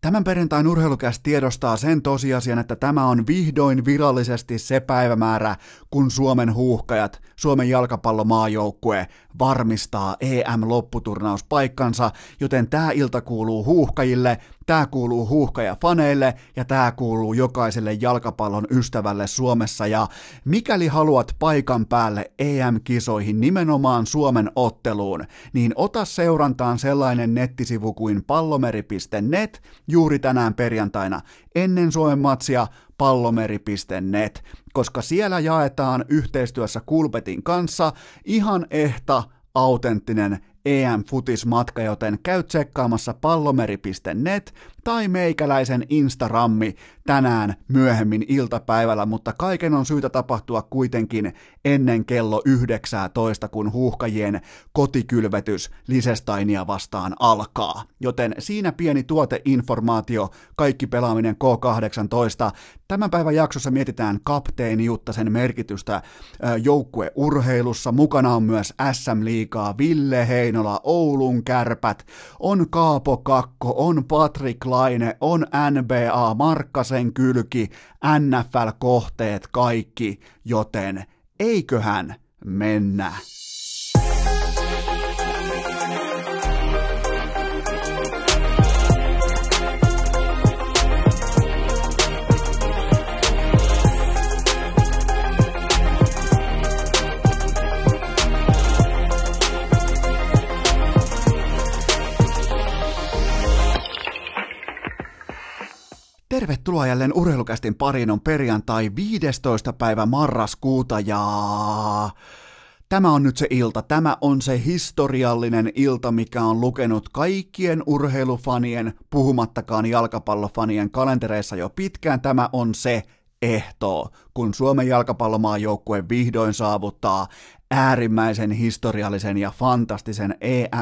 Tämän perjantain urheilukäst tiedostaa sen tosiasian, että tämä on vihdoin virallisesti se päivämäärä, kun Suomen huuhkajat, Suomen jalkapallomaajoukkue varmistaa EM-lopputurnauspaikkansa, joten tämä ilta kuuluu huuhkajille, tämä kuuluu huuhkajafaneille ja tämä kuuluu jokaiselle jalkapallon ystävälle Suomessa. Ja mikäli haluat paikan päälle EM-kisoihin, nimenomaan Suomen otteluun, niin ota seurantaan sellainen nettisivu kuin pallomeri.net juuri tänään perjantaina ennen Suomen matsia pallomeri.net, koska siellä jaetaan yhteistyössä Kulpetin kanssa ihan ehta, autenttinen EM-futismatka, joten käy tsekkaamassa pallomeri.net tai meikäläisen Instagrammi tänään myöhemmin iltapäivällä, mutta kaiken on syytä tapahtua kuitenkin ennen kello 19, kun huuhkajien kotikylvetys Liechtensteinia vastaan alkaa. Joten siinä pieni tuoteinformaatio, kaikki pelaaminen K18. Tämän päivän jaksossa mietitään kapteeniutta, sen merkitystä joukkueurheilussa. Mukana on myös SM-liigaa Ville Heinola, Oulun Kärpät, on Kaapo Kakko, on Patrik Laine, on NBA, Markkasen kylki, NFL-kohteet kaikki, joten eiköhän mennä. Tervetuloa jälleen urheilukästin pariin, on perjantai 15. päivä marraskuuta ja tämä on nyt se ilta, tämä on se historiallinen ilta, mikä on lukenut kaikkien urheilufanien, puhumattakaan jalkapallofanien kalentereissa jo pitkään. Tämä on se ehtoo, kun Suomen jalkapallomaajoukkue vihdoin saavuttaa äärimmäisen historiallisen ja fantastisen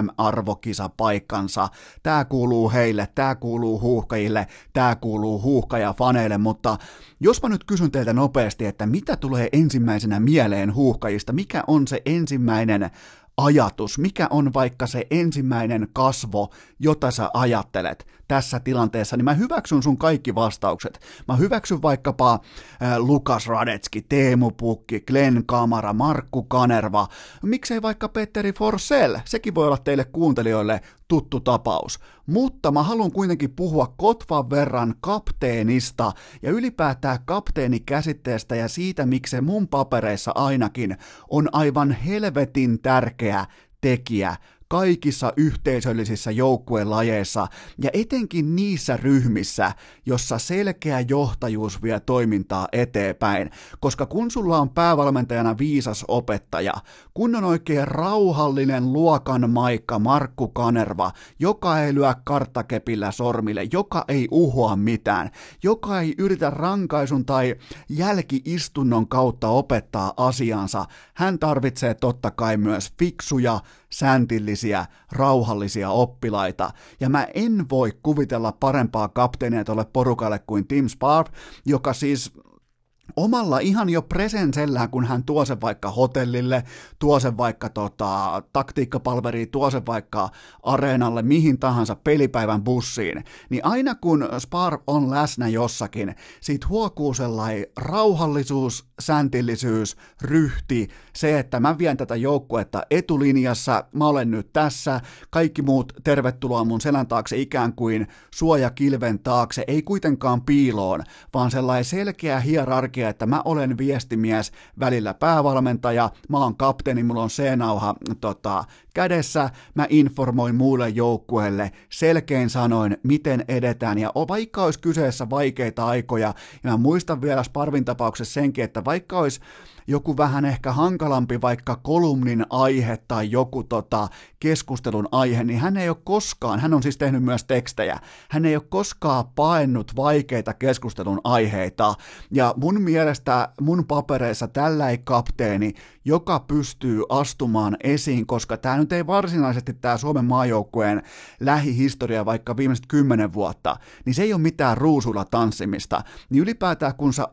EM-arvokisapaikkansa. Tämä kuuluu heille, tämä kuuluu huuhkajille, tämä kuuluu huuhkajafaneille, mutta jos mä nyt kysyn teiltä nopeasti, että mitä tulee ensimmäisenä mieleen huuhkajista, mikä on se ensimmäinen ajatus, mikä on vaikka se ensimmäinen kasvo, jota sä ajattelet tässä tilanteessa, niin mä hyväksyn sun kaikki vastaukset. Mä hyväksyn vaikkapa Lukas Radetski, Teemu Pukki, Glenn Kamara, Markku Kanerva, miksei vaikka Petteri Forsell, sekin voi olla teille kuuntelijoille tuttu tapaus. Mutta mä haluan kuitenkin puhua kotvan verran kapteenista ja ylipäätään kapteenikäsitteestä ja siitä, miksi se mun papereissa ainakin on aivan helvetin tärkeä tekijä kaikissa yhteisöllisissä joukkuelajeissa ja etenkin niissä ryhmissä, jossa selkeä johtajuus vie toimintaa eteenpäin, koska kun sulla on päävalmentajana viisas opettaja, kun on oikein rauhallinen luokan maikka Markku Kanerva, joka ei lyö karttakepillä sormille, joka ei uhoa mitään, joka ei yritä rankaisun tai jälkiistunnon kautta opettaa asiansa, hän tarvitsee totta kai myös fiksuja, säntillisiä, rauhallisia oppilaita, ja mä en voi kuvitella parempaa kapteenia tuolle porukalle kuin Tim Sparv, joka siis omalla ihan jo presensellään, kun hän tuo sen vaikka hotellille, tuo sen vaikka taktiikkapalveriin, tuo sen vaikka areenalle, mihin tahansa pelipäivän bussiin, niin aina kun Sparv on läsnä jossakin, siitä huokuu sellainen rauhallisuus, säntillisyys, ryhti, se, että mä vien tätä joukkuetta etulinjassa, mä olen nyt tässä, kaikki muut tervetuloa mun selän taakse ikään kuin suojakilven taakse, ei kuitenkaan piiloon, vaan sellainen selkeä hierarkia, että mä olen viestimies, välillä päävalmentaja, mä oon kapteeni, mulla on C-nauha kädessä, mä informoin muulle joukkueelle selkein sanoin, miten edetään, ja vaikka olisi kyseessä vaikeita aikoja, ja mä muistan vielä Sparvin tapauksessa senkin, että vaikka olisi joku vähän ehkä hankalampi vaikka kolumnin aihe tai joku keskustelun aihe, niin hän ei ole koskaan, hän on siis tehnyt myös tekstejä, hän ei ole koskaan paennut vaikeita keskustelun aiheita, ja mun mielestä mun papereissa tällä ei kapteeni, joka pystyy astumaan esiin, koska tämä nyt ei varsinaisesti tämä Suomen maajoukkueen lähihistoria vaikka viimeiset 10 vuotta, niin se ei ole mitään ruusuilla tanssimista. Niin ylipäätään kun sä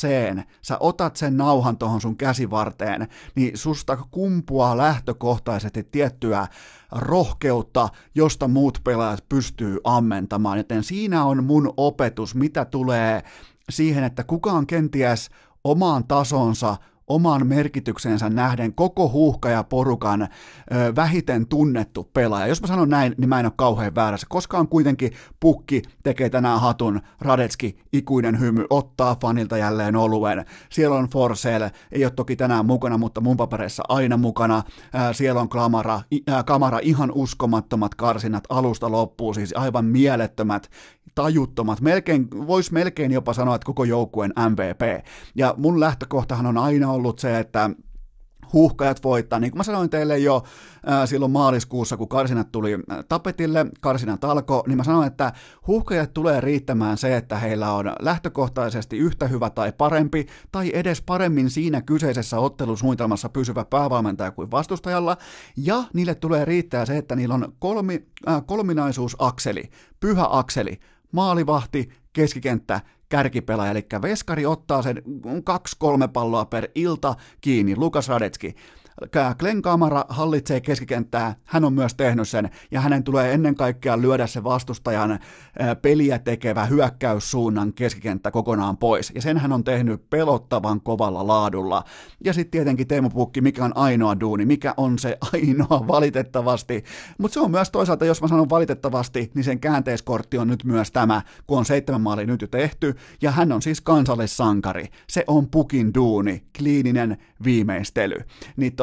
otat sen nauhan tuohon sun käsivarteen, niin susta kumpuaa lähtökohtaisesti tiettyä rohkeutta, josta muut pelaajat pystyy ammentamaan, joten siinä on mun opetus, mitä tulee siihen, että kuka on kenties omaan tasonsa, omaan merkityksensä nähden koko huuhkajaporukan vähiten tunnettu pelaaja. Jos mä sanon näin, niin mä en ole kauhean väärässä, koska on kuitenkin Pukki tekee tänään hatun, Radetski, ikuinen hymy, ottaa fanilta jälleen oluen. Siellä on Forsell, ei ole toki tänään mukana, mutta mun papereissa aina mukana. Siellä on Kamara, ihan uskomattomat karsinat alusta loppuun, siis aivan mielettömät, tajuttomat, voisi melkein jopa sanoa, että koko joukkueen MVP. Ja mun lähtökohtahan on aina ollut se, että huuhkajat voittaa. Niin kuin mä sanoin teille jo silloin maaliskuussa, kun karsinat tuli tapetille, karsinat alkoi, niin mä sanoin, että huuhkajat tulee riittämään se, että heillä on lähtökohtaisesti yhtä hyvä tai parempi, tai edes paremmin siinä kyseisessä ottelusuunnitelmassa pysyvä päävalmentaja kuin vastustajalla, ja niille tulee riittää se, että niillä on kolminaisuusakseli, pyhä akseli, maalivahti, keskikenttä, kärkipelaaja, eli veskari ottaa sen 2-3 palloa per ilta kiinni, Lukas Radetski. Glenn Kamara hallitsee keskikenttää, hän on myös tehnyt sen, ja hänen tulee ennen kaikkea lyödä se vastustajan peliä tekevä hyökkäyssuunnan keskikenttä kokonaan pois, ja sen hän on tehnyt pelottavan kovalla laadulla. Ja sitten tietenkin Teemu Pukki, mikä on ainoa duuni, mikä on se ainoa valitettavasti, mutta se on myös toisaalta, jos mä sanon valitettavasti, niin sen käänteiskortti on nyt myös tämä, kun on 7 maalia nyt jo tehty, ja hän on siis kansallissankari, se on Pukin duuni, kliininen viimeistely. Niin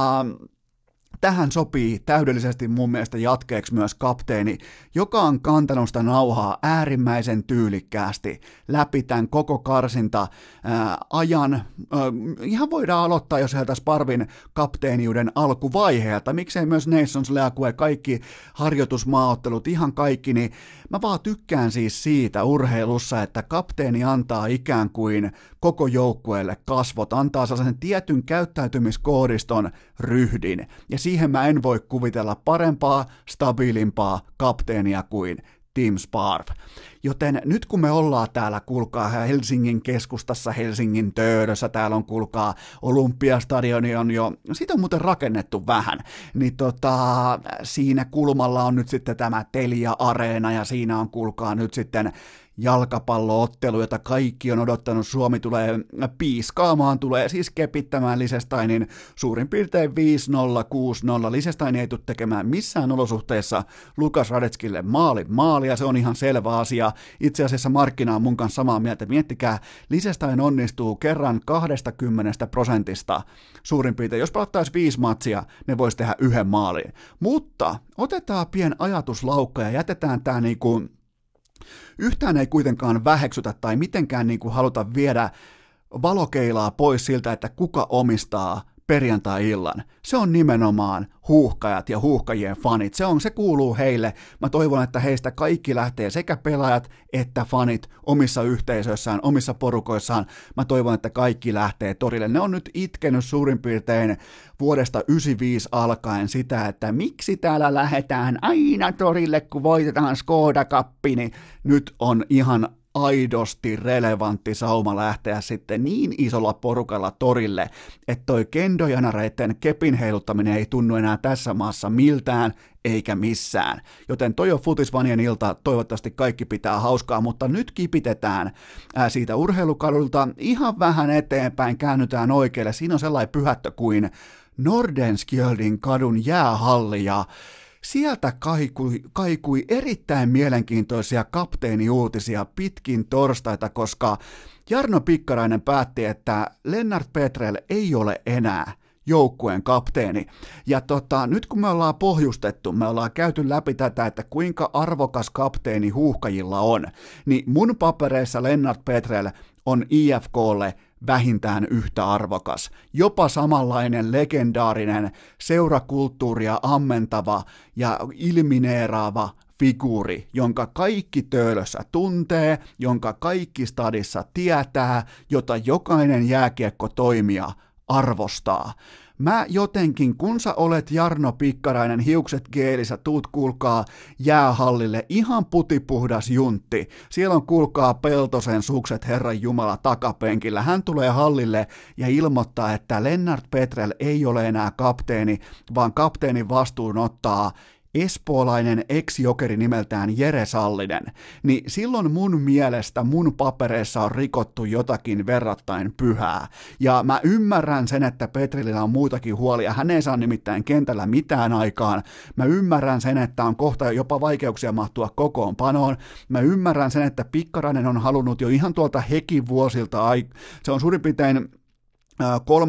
tähän sopii täydellisesti mun mielestä jatkeeksi myös kapteeni, joka on kantanut sitä nauhaa äärimmäisen tyylikkäästi läpi tämän koko karsinta ajan. Ihan voidaan aloittaa jo sieltä Sparvin kapteeniuden alkuvaiheelta, miksei myös Nations League, kaikki harjoitusmaaottelut, ihan kaikki, niin mä vaan tykkään siis siitä urheilussa, että kapteeni antaa ikään kuin koko joukkueelle kasvot, antaa sellaisen tietyn käyttäytymiskoodiston ryhdin, ja siihen mä en voi kuvitella parempaa, stabiilimpaa kapteenia kuin Tim Sparv. Joten nyt kun me ollaan täällä, kuulkaa, Helsingin keskustassa, Helsingin Töölössä, täällä on, kuulkaa, Olympiastadioni on jo, siitä on muuten rakennettu vähän, niin siinä kulmalla on nyt sitten tämä Telia-areena, ja siinä on, kuulkaa, nyt sitten jalkapalloottelu, jota kaikki on odottanut. Suomi tulee piiskaamaan, tulee siis kepittämään Liechtensteinin suurin piirtein 5-0, 6-0. Liechtenstein ei tule tekemään missään olosuhteessa Lukas Radetskille maalia, se on ihan selvä asia. Itse asiassa markkina on mun kanssa samaa mieltä. Miettikää, Liechtenstein onnistuu kerran 20% suurin piirtein. Jos pelattaisiin 5 matsia, ne voisi tehdä 1 maalin. Mutta otetaan pien ajatuslaukka ja jätetään tämä niinku yhtään ei kuitenkaan väheksytä tai mitenkään niin kuin haluta viedä valokeilaa pois siltä, että kuka omistaa perjantai-illan. Se on nimenomaan huuhkajat ja huuhkajien fanit. Se kuuluu heille. Mä toivon, että heistä kaikki lähtee, sekä pelaajat että fanit omissa yhteisöissään, omissa porukoissaan. Mä toivon, että kaikki lähtee torille. Ne on nyt itkenyt suurin piirtein vuodesta 1995 alkaen sitä, että miksi täällä lähdetään aina torille, kun voitetaan Skoda-kappi, niin nyt on ihan aidosti relevantti sauma lähteä sitten niin isolla porukalla torille, että toi kendojanareiden kepin heiluttaminen ei tunnu enää tässä maassa miltään eikä missään. Joten toi on Futisvanien ilta, toivottavasti kaikki pitää hauskaa, mutta nyt kipitetään siitä urheilukadulta ihan vähän eteenpäin, käännytään oikealle. Siinä on sellainen pyhättö kuin Nordenskjöldin kadun jäähalli, ja sieltä kaikui erittäin mielenkiintoisia kapteeniuutisia pitkin torstaita, koska Jarno Pikkarainen päätti, että Lennart Petrell ei ole enää joukkueen kapteeni. Ja nyt kun me ollaan pohjustettu, me ollaan käyty läpi tätä, että kuinka arvokas kapteeni huuhkajilla on, niin mun papereissa Lennart Petrell on IFKlle vähintään yhtä arvokas, jopa samanlainen legendaarinen, seurakulttuuria ammentava ja ilmineeraava figuuri, jonka kaikki Töölössä tuntee, jonka kaikki stadissa tietää, jota jokainen jääkiekkotoimija arvostaa. Mä jotenkin, kun sä olet Jarno Pikkarainen, hiukset geelissä, tuut kuulkaa jäähallille, ihan putipuhdas juntti. Siellä on kuulkaa Peltosen sukset Herran Jumala takapenkillä. Hän tulee hallille ja ilmoittaa, että Lennart Petrell ei ole enää kapteeni, vaan kapteenin vastuun ottaa espoolainen ex-jokeri nimeltään Jere Sallinen, niin silloin mun mielestä mun papereissa on rikottu jotakin verrattain pyhää. Ja mä ymmärrän sen, että Petrillillä on muutakin huolia. Hän ei saa nimittäin kentällä mitään aikaan. Mä ymmärrän sen, että on kohta jopa vaikeuksia mahtua kokoonpanoon. Mä ymmärrän sen, että Pikkarainen on halunnut jo ihan tuolta Hekin vuosilta, se on suurin piirtein 13-14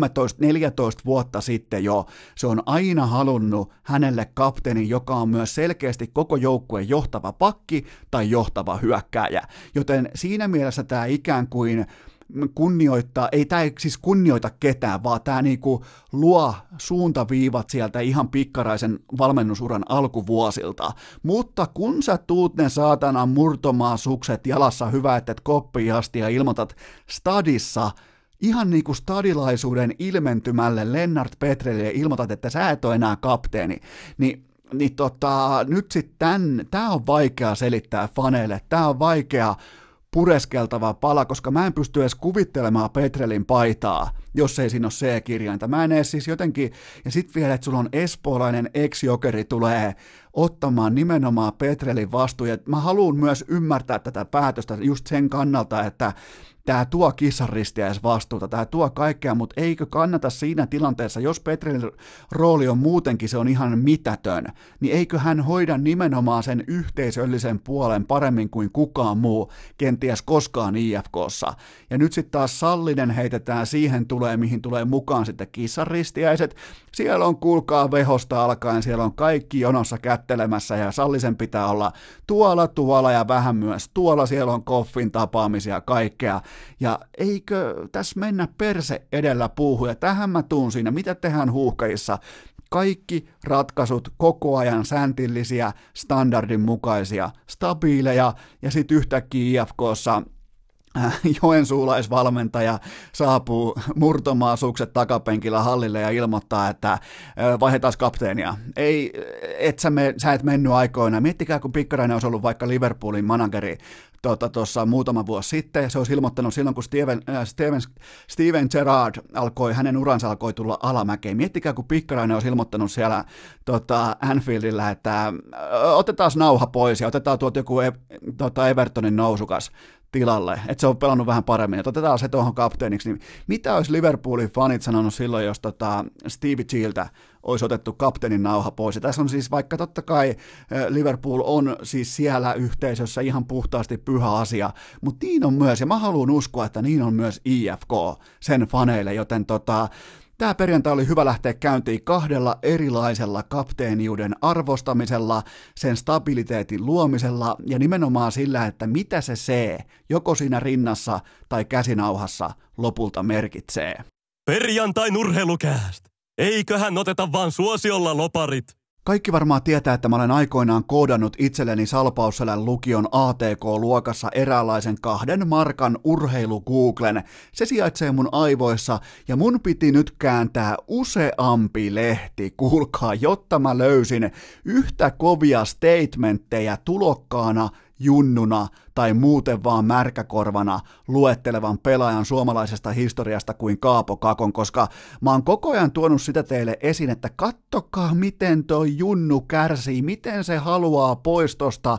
vuotta sitten jo, se on aina halunnut hänelle kapteenin, joka on myös selkeästi koko joukkueen johtava pakki tai johtava hyökkääjä. Joten siinä mielessä tämä ikään kuin kunnioittaa, ei tämä siis kunnioita ketään, vaan tämä niinku luo suuntaviivat sieltä ihan Pikkaraisen valmennusuran alkuvuosilta. Mutta kun sä tuut ne saatana murtomaa sukset jalassa, hyvä, että et koppiin asti ja ilmoitat stadissa, ihan niin kuin stadilaisuuden ilmentymälle Lennart Petrellille ilmoitat, että sä et ole enää kapteeni, niin nyt sitten tämä on vaikea selittää faneille, tämä on vaikea pureskeltava pala, koska mä en pysty edes kuvittelemaan Petrellin paitaa, jos ei siinä ole C-kirjainta. Mä en edes siis jotenkin, ja sit vielä, että sulla on espoolainen ex-jokeri tulee ottamaan nimenomaan Petrellin vastuun, ja mä haluan myös ymmärtää tätä päätöstä just sen kannalta, että tämä tuo vastuuta, tämä tuo kaikkea, mutta eikö kannata siinä tilanteessa, jos Petrellin rooli on muutenkin, se on ihan mitätön, niin eikö hän hoida nimenomaan sen yhteisöllisen puolen paremmin kuin kukaan muu, kenties koskaan IFK:ssa. Ja nyt sitten taas Sallinen heitetään siihen mihin tulee mukaan sitten kissaristiäiset. Siellä on kuulkaa vehosta alkaen, siellä on kaikki jonossa kättelemässä ja Sallisen pitää olla tuolla ja vähän myös tuolla, siellä on koffin tapaamisia ja kaikkea. Ja eikö tässä mennä perse edellä puuhun, ja tähän mä tuun siinä, mitä tehdään Huuhkajissa, kaikki ratkaisut koko ajan säntillisiä, standardin mukaisia, stabiileja, ja sitten yhtäkkiä IFK:ssa joensuulaisvalmentaja saapuu murtomaan sukset takapenkillä hallille ja ilmoittaa, että vaihdetaan kapteenia. Ei, sä et mennyt aikoina. Miettikää, kun Pikkarainen olisi ollut vaikka Liverpoolin manageri tuossa muutama vuosi sitten. Se olisi ilmoittanut silloin, kun Steven Gerrard hänen uransa alkoi tulla alamäkeen. Miettikää, kun Pikkarainen olisi ilmoittanut siellä Anfieldillä, että otetaan nauha pois ja otetaan tuolta joku Evertonin nousukas tilalle, että se on pelannut vähän paremmin, että otetaan se tuohon kapteeniksi, niin mitä olisi Liverpoolin fanit sanonut silloin, jos Stevie Giltä olisi otettu kapteenin nauha pois, ja tässä on siis, vaikka totta kai Liverpool on siis siellä yhteisössä ihan puhtaasti pyhä asia, mutta niin on myös, ja mä haluan uskoa, että niin on myös IFK sen faneille, joten tämä perjantai oli hyvä lähteä käyntiin kahdella erilaisella kapteeniuden arvostamisella, sen stabiliteetin luomisella ja nimenomaan sillä, että mitä se C joko siinä rinnassa tai käsinauhassa lopulta merkitsee. Perjantai nurheilukääst! Eiköhän oteta vaan suosiolla loparit! Kaikki varmaan tietää, että mä olen aikoinaan koodannut itselleni Salpausselän lukion ATK-luokassa eräänlaisen 2 markan urheilu-googlen. Se sijaitsee mun aivoissa ja mun piti nyt kääntää useampi lehti, kuulkaa, jotta mä löysin yhtä kovia statementteja tulokkaana, junnuna tai muuten vaan märkäkorvana luettelevan pelaajan suomalaisesta historiasta kuin Kaapo Kakon, koska mä oon koko ajan tuonut sitä teille esiin, että kattokaa miten toi junnu kärsii, miten se haluaa pois tosta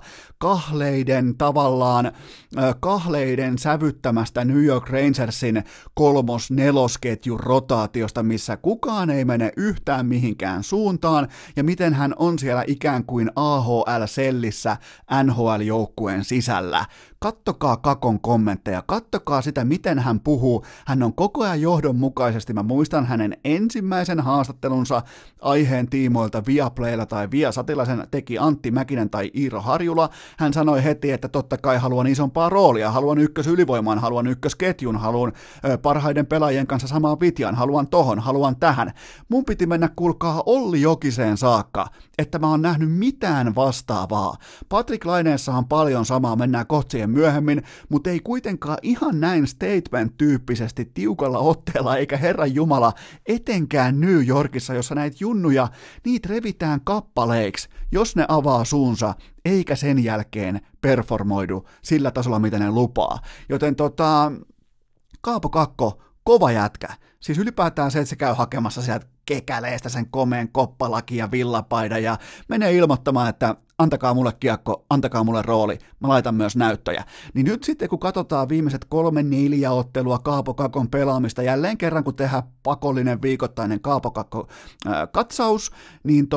kahleiden sävyttämästä New York Rangersin 3-4-ketjun rotaatiosta, missä kukaan ei mene yhtään mihinkään suuntaan, ja miten hän on siellä ikään kuin AHL-sellissä NHL-joukkueen joukkueen sisällä. Kattokaa Kakon kommentteja, kattokaa sitä, miten hän puhuu. Hän on koko ajan johdonmukaisesti. Mä muistan hänen ensimmäisen haastattelunsa aiheen tiimoilta Viaplaylla tai Viasatilla, sen teki Antti Mäkinen tai Iiro Harjula. Hän sanoi heti, että totta kai haluan isompaa roolia, haluan ykkösylivoimaan, haluan ykkösketjun, haluan parhaiden pelaajien kanssa samaan vitjaan, haluan tohon, haluan tähän. Mun piti mennä kuulkaa Olli Jokiseen saakka, että mä oon nähnyt mitään vastaavaa. Patrick Laineessa on paljon samaa, mennään kohta myöhemmin, mutta ei kuitenkaan ihan näin statement-tyyppisesti tiukalla otteella, eikä Herran Jumala, etenkään New Yorkissa, jossa näitä junnuja, niitä revitään kappaleiksi, jos ne avaa suunsa, eikä sen jälkeen performoidu sillä tasolla, mitä ne lupaa. Joten Kaapo Kakko, kova jätkä. Siis ylipäätään se, että se käy hakemassa sieltä kekäleestä sen komeen koppalakin ja villapaidan ja menee ilmoittamaan, että antakaa mulle kiekko, antakaa mulle rooli, mä laitan myös näyttöjä. Niin nyt sitten, kun katsotaan viimeiset 3-4 ottelua Kaapo Kakon pelaamista, jälleen kerran kun tehdään pakollinen viikoittainen Kaapo Kakko katsaus, niin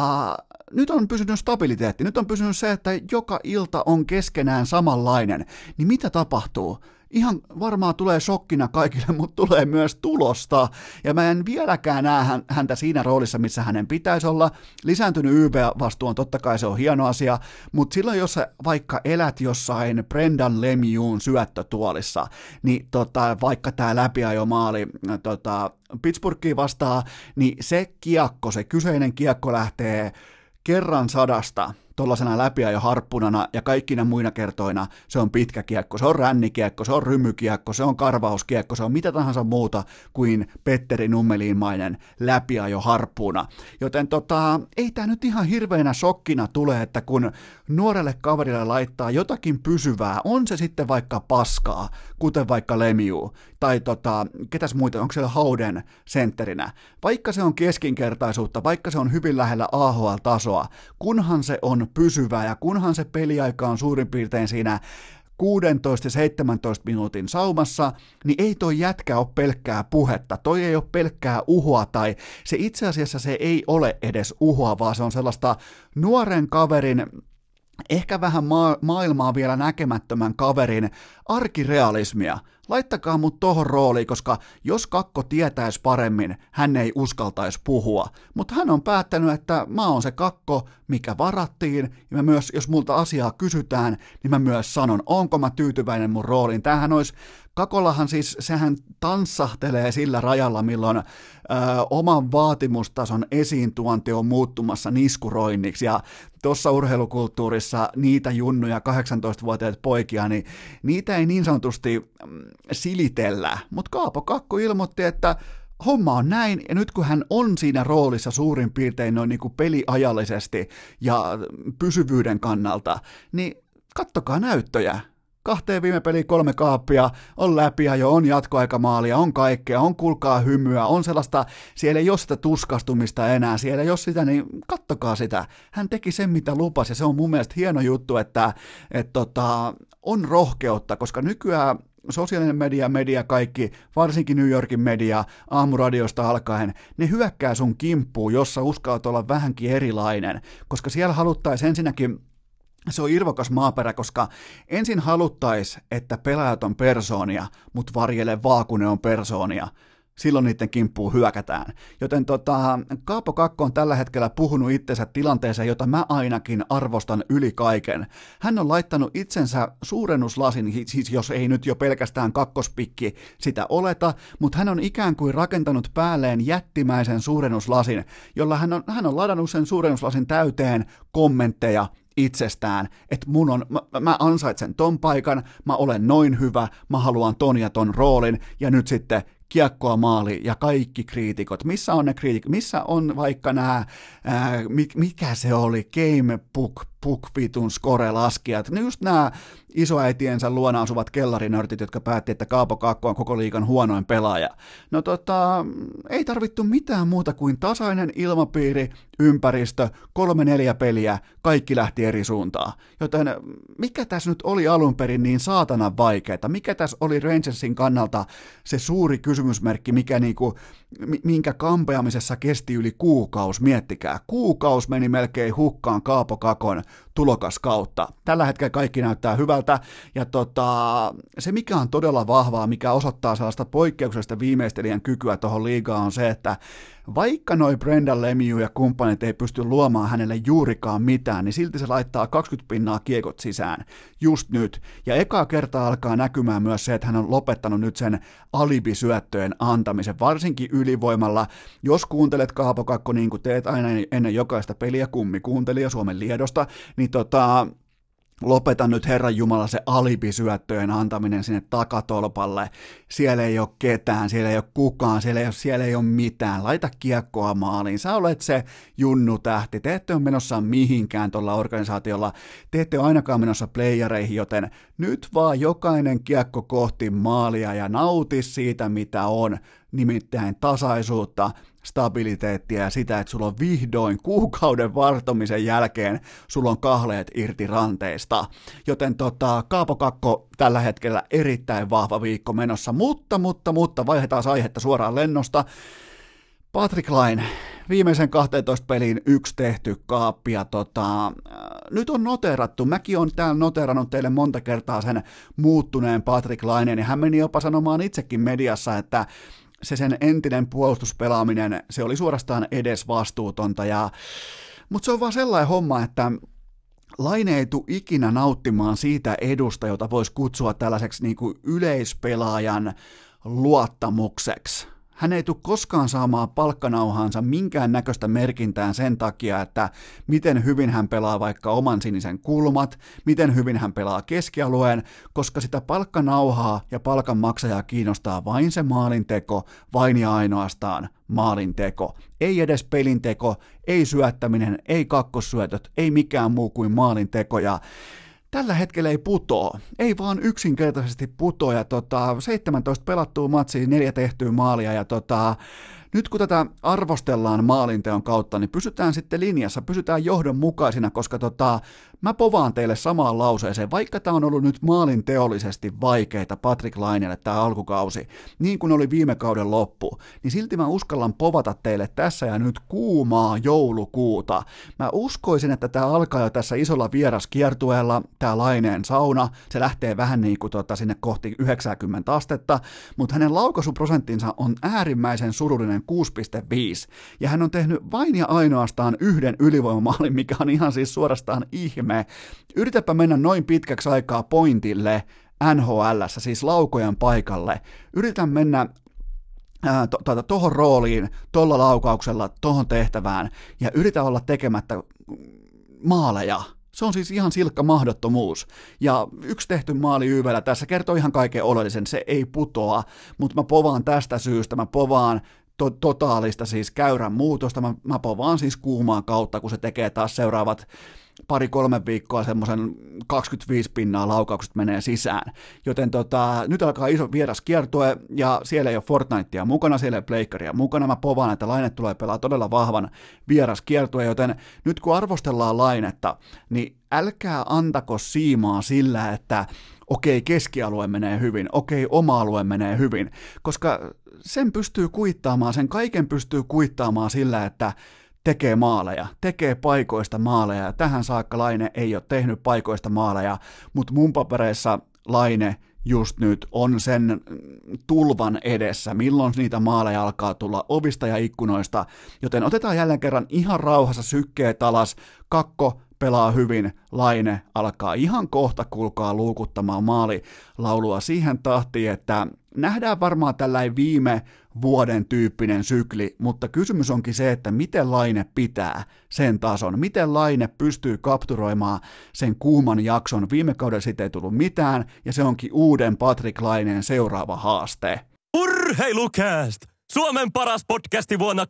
nyt on pysynyt stabiliteetti, nyt on pysynyt se, että joka ilta on keskenään samanlainen. Niin mitä tapahtuu? Ihan varmaan tulee shokkina kaikille, mutta tulee myös tulosta. Ja mä en vieläkään näe häntä siinä roolissa, missä hänen pitäisi olla. Lisääntynyt YV-vastuu on totta kai se on hieno asia, mutta silloin jos sä vaikka elät jossain Brendan Lemieux'n syöttötuolissa, niin vaikka tää läpiajomaali Pittsburghiin vastaa, niin se kiekko, se kyseinen kiekko lähtee kerran 100 tuollaisena läpiajoharppunana ja kaikkina muina kertoina se on pitkä kiekko, se on rännikiekko, se on rymykiekko, se on karvauskiekko, se on mitä tahansa muuta kuin Petteri Nummeliinmainen läpiajoharppuna. Joten ei tämä nyt ihan hirveänä shokkina tule, että kun nuorelle kaverille laittaa jotakin pysyvää, on se sitten vaikka paskaa, kuten vaikka Lemieux, tai ketäs muita, onko siellä Howden sentterinä, vaikka se on keskinkertaisuutta, vaikka se on hyvin lähellä AHL-tasoa, kunhan se on pysyvää ja kunhan se peliaika on suurin piirtein siinä 16 ja 17 minuutin saumassa, niin ei toi jätkä ole pelkkää puhetta, toi ei ole pelkkää uhua, tai se itse asiassa se ei ole edes uhua, vaan se on sellaista nuoren kaverin, ehkä vähän maailmaa vielä näkemättömän kaverin arkirealismia. Laittakaa mut tohon rooliin, koska jos Kakko tietäisi paremmin, hän ei uskaltaisi puhua. Mutta hän on päättänyt, että mä oon se Kakko, mikä varattiin, ja mä myös, jos multa asiaa kysytään, niin mä myös sanon, onko mä tyytyväinen mun rooliin. Tämähän olisi, Kakollahan siis, sehän tanssahtelee sillä rajalla, milloin oman vaatimustason esiintuonti on muuttumassa niskuroinniksi, ja tuossa urheilukulttuurissa niitä junnuja, 18-vuotiaita poikia, niin niitä ei niin sanotusti silitellä, mutta Kaapo Kakko ilmoitti, että homma on näin, ja nyt kun hän on siinä roolissa suurin piirtein noin niin kuin peliajallisesti ja pysyvyyden kannalta, niin kattokaa näyttöjä. 2 viime peliin 3 kaappia, on läpiajo, on jatkoaikamaalia, on kaikkea, on kuulkaa hymyä, on sellaista, siellä ei ole sitä tuskastumista enää, siellä ei ole sitä, niin kattokaa sitä. Hän teki sen, mitä lupasi, ja se on mun mielestä hieno juttu, että on rohkeutta, koska nykyään sosiaalinen media kaikki, varsinkin New Yorkin media, aamuradiosta alkaen, ne hyökkää sun kimppuun, jos sä uskallat olla vähänkin erilainen, koska siellä haluttaisiin ensinnäkin, se on irvokas maaperä, koska ensin haluttaisiin, että pelaajat on persoonia, mutta varjele vaan, kun ne on persoonia. Silloin niiden kimppuun hyökätään. Joten Kaapo Kakko on tällä hetkellä puhunut itsensä tilanteeseen, jota mä ainakin arvostan yli kaiken. Hän on laittanut itsensä suurennuslasin, siis jos ei nyt jo pelkästään kakkospikki sitä oleta, mutta hän on ikään kuin rakentanut päälleen jättimäisen suurennuslasin, jolla hän on ladannut sen suurennuslasin täyteen kommentteja itsestään, että mä ansaitsen ton paikan, mä olen noin hyvä, mä haluan ton ja ton roolin, ja nyt sitten kiekkoa maali ja kaikki kriitikot. Missä on ne kriitikot? Missä on vaikka nämä, mikä se oli, game book vitun score-laskijat? No just nämä isoäitiensä luona asuvat kellarinörtit, jotka päätti, että Kaapo Kakko on koko liigan huonoin pelaaja. No ei tarvittu mitään muuta kuin tasainen ilmapiiri, ympäristö, 3-4 peliä, kaikki lähti eri suuntaan. Joten mikä tässä nyt oli alun perin niin saatanan vaikeaa? Mikä tässä oli Rangersin kannalta se suuri kysymysmerkki, minkä kampeamisessa kesti yli kuukausi, miettikää. Kuukausi meni melkein hukkaan Kaapo Kakon tulokaskautta. Tällä hetkellä kaikki näyttää hyvältä, ja se mikä on todella vahvaa, mikä osoittaa sellaista poikkeuksellista viimeistelijän kykyä tuohon liigaan on se, että vaikka noi Brendan Lemieux ja kumppanit ei pysty luomaan hänelle juurikaan mitään, niin silti se laittaa 20 pinnaa kiekot sisään just nyt. Ja ekaa kertaa alkaa näkymään myös se, että hän on lopettanut nyt sen alibisyöttöjen antamisen, varsinkin ylivoimalla. Jos kuuntelet Kaapo Kakko niin kuin teet aina ennen jokaista peliä, kuuntelija Suomen Liedosta, niin lopeta nyt Herran Jumala se alibisyöttöjen antaminen sinne takatolpalle. Siellä ei ole ketään, siellä ei ole kukaan, siellä ei ole mitään. Laita kiekkoa maaliin. Sä olet se junnutähti. Te ette ole menossa mihinkään tuolla organisaatiolla. Te ette ole ainakaan menossa playereihin, joten nyt vaan jokainen kiekko kohti maalia ja nauti siitä, mitä on. Nimittäin tasaisuutta, stabiliteettia ja sitä, että sulla on vihdoin kuukauden vartomisen jälkeen sulla on kahleet irti ranteista. Joten Kaapo Kakko tällä hetkellä erittäin vahva viikko menossa, mutta vaihdetaan aihetta suoraan lennosta. Patrick Laine, viimeisen 12 peliin 1 tehty kaappi, ja nyt on noteerattu, mäkin olen täällä noteerannut teille monta kertaa sen muuttuneen Patrick Laineen, ja hän meni jopa sanomaan itsekin mediassa, että se sen entinen puolustuspelaaminen, se oli suorastaan edesvastuutonta, mutta se on vaan sellainen homma, että Laine ei tule ikinä nauttimaan siitä edusta, jota voisi kutsua tällaiseksi niin kuin yleispelaajan luottamukseksi. Hän ei tule koskaan saamaan palkkanauhaansa minkään näköistä merkintää sen takia, että miten hyvin hän pelaa vaikka oman sinisen kulmat, miten hyvin hän pelaa keskialueen, koska sitä palkkanauhaa ja palkanmaksajaa kiinnostaa vain se maalinteko, vain ja ainoastaan maalinteko. Ei edes pelinteko, ei syöttäminen, ei kakkossyötöt, ei mikään muu kuin maalinteko, ja tällä hetkellä ei putoo, ei vaan yksinkertaisesti putoo, ja 17 pelattua matsia, 4 tehtyä maalia, ja nyt kun tätä arvostellaan maalinteon kautta, niin pysytään sitten linjassa, pysytään johdonmukaisina, koska mä povaan teille samaan lauseeseen, vaikka tämä on ollut nyt maalinteollisesti vaikeita Patrick Lainelle tämä alkukausi, niin kuin oli viime kauden loppu, niin silti mä uskallan povata teille tässä ja nyt kuumaa joulukuuta. Mä uskoisin, että tämä alkaa jo tässä isolla vieraskiertueella, tämä Laineen sauna, se lähtee vähän niin kuin sinne kohti 90 astetta, mutta hänen laukaisuprosenttinsa on äärimmäisen surullinen 6,5, ja hän on tehnyt vain ja ainoastaan 1 ylivoimamaalin, mikä on ihan siis suorastaan ihme. Yritäpä mennä noin pitkäksi aikaa pointille NHL:ssä, siis laukojen paikalle. Yritän mennä tuohon rooliin, tuolla laukauksella, tuohon tehtävään, ja yritä olla tekemättä maaleja. Se on siis ihan silkka mahdottomuus. Ja 1 tehty maali YV:llä tässä kertoo ihan kaiken oleellisen, se ei putoa, mutta mä povaan tästä syystä, mä povaan totaalista siis käyrän muutosta, mä povaan siis kuumaa kautta, kun se tekee taas seuraavat 2-3 viikkoa semmoisen 25 pinnaa laukaukset menee sisään. Joten nyt alkaa iso vieras kiertue, ja siellä ei ole Fortnitea mukana, siellä ei ole Blakeria mukana. Mä povaan, että Laine tulee pelaa todella vahvan vieras kiertue, joten nyt kun arvostellaan Lainetta, niin älkää antako siimaa sillä, että okei, keskialue menee hyvin, okei, oma alue menee hyvin, koska sen pystyy kuittaamaan, sen kaiken pystyy kuittaamaan sillä, että tekee maaleja, tekee paikoista maaleja, ja tähän saakka Laine ei ole tehnyt paikoista maaleja, mutta mun papereissa Laine just nyt on sen tulvan edessä, milloin niitä maaleja alkaa tulla ovista ja ikkunoista, joten otetaan jälleen kerran ihan rauhassa sykkeet alas, Kakko pelaa hyvin, Laine alkaa ihan kohta kuulkaa luukuttamaan maalilaulua siihen tahtiin, että nähdään varmaan tällainen viime vuoden tyyppinen sykli, mutta kysymys onkin se, että miten Laine pitää sen tason, miten Laine pystyy kapturoimaan sen kuuman jakson. Viime kaudella siitä ei tullut mitään, ja se onkin uuden Patrick Laineen seuraava haaste. Urheilukääst! Suomen paras podcasti vuonna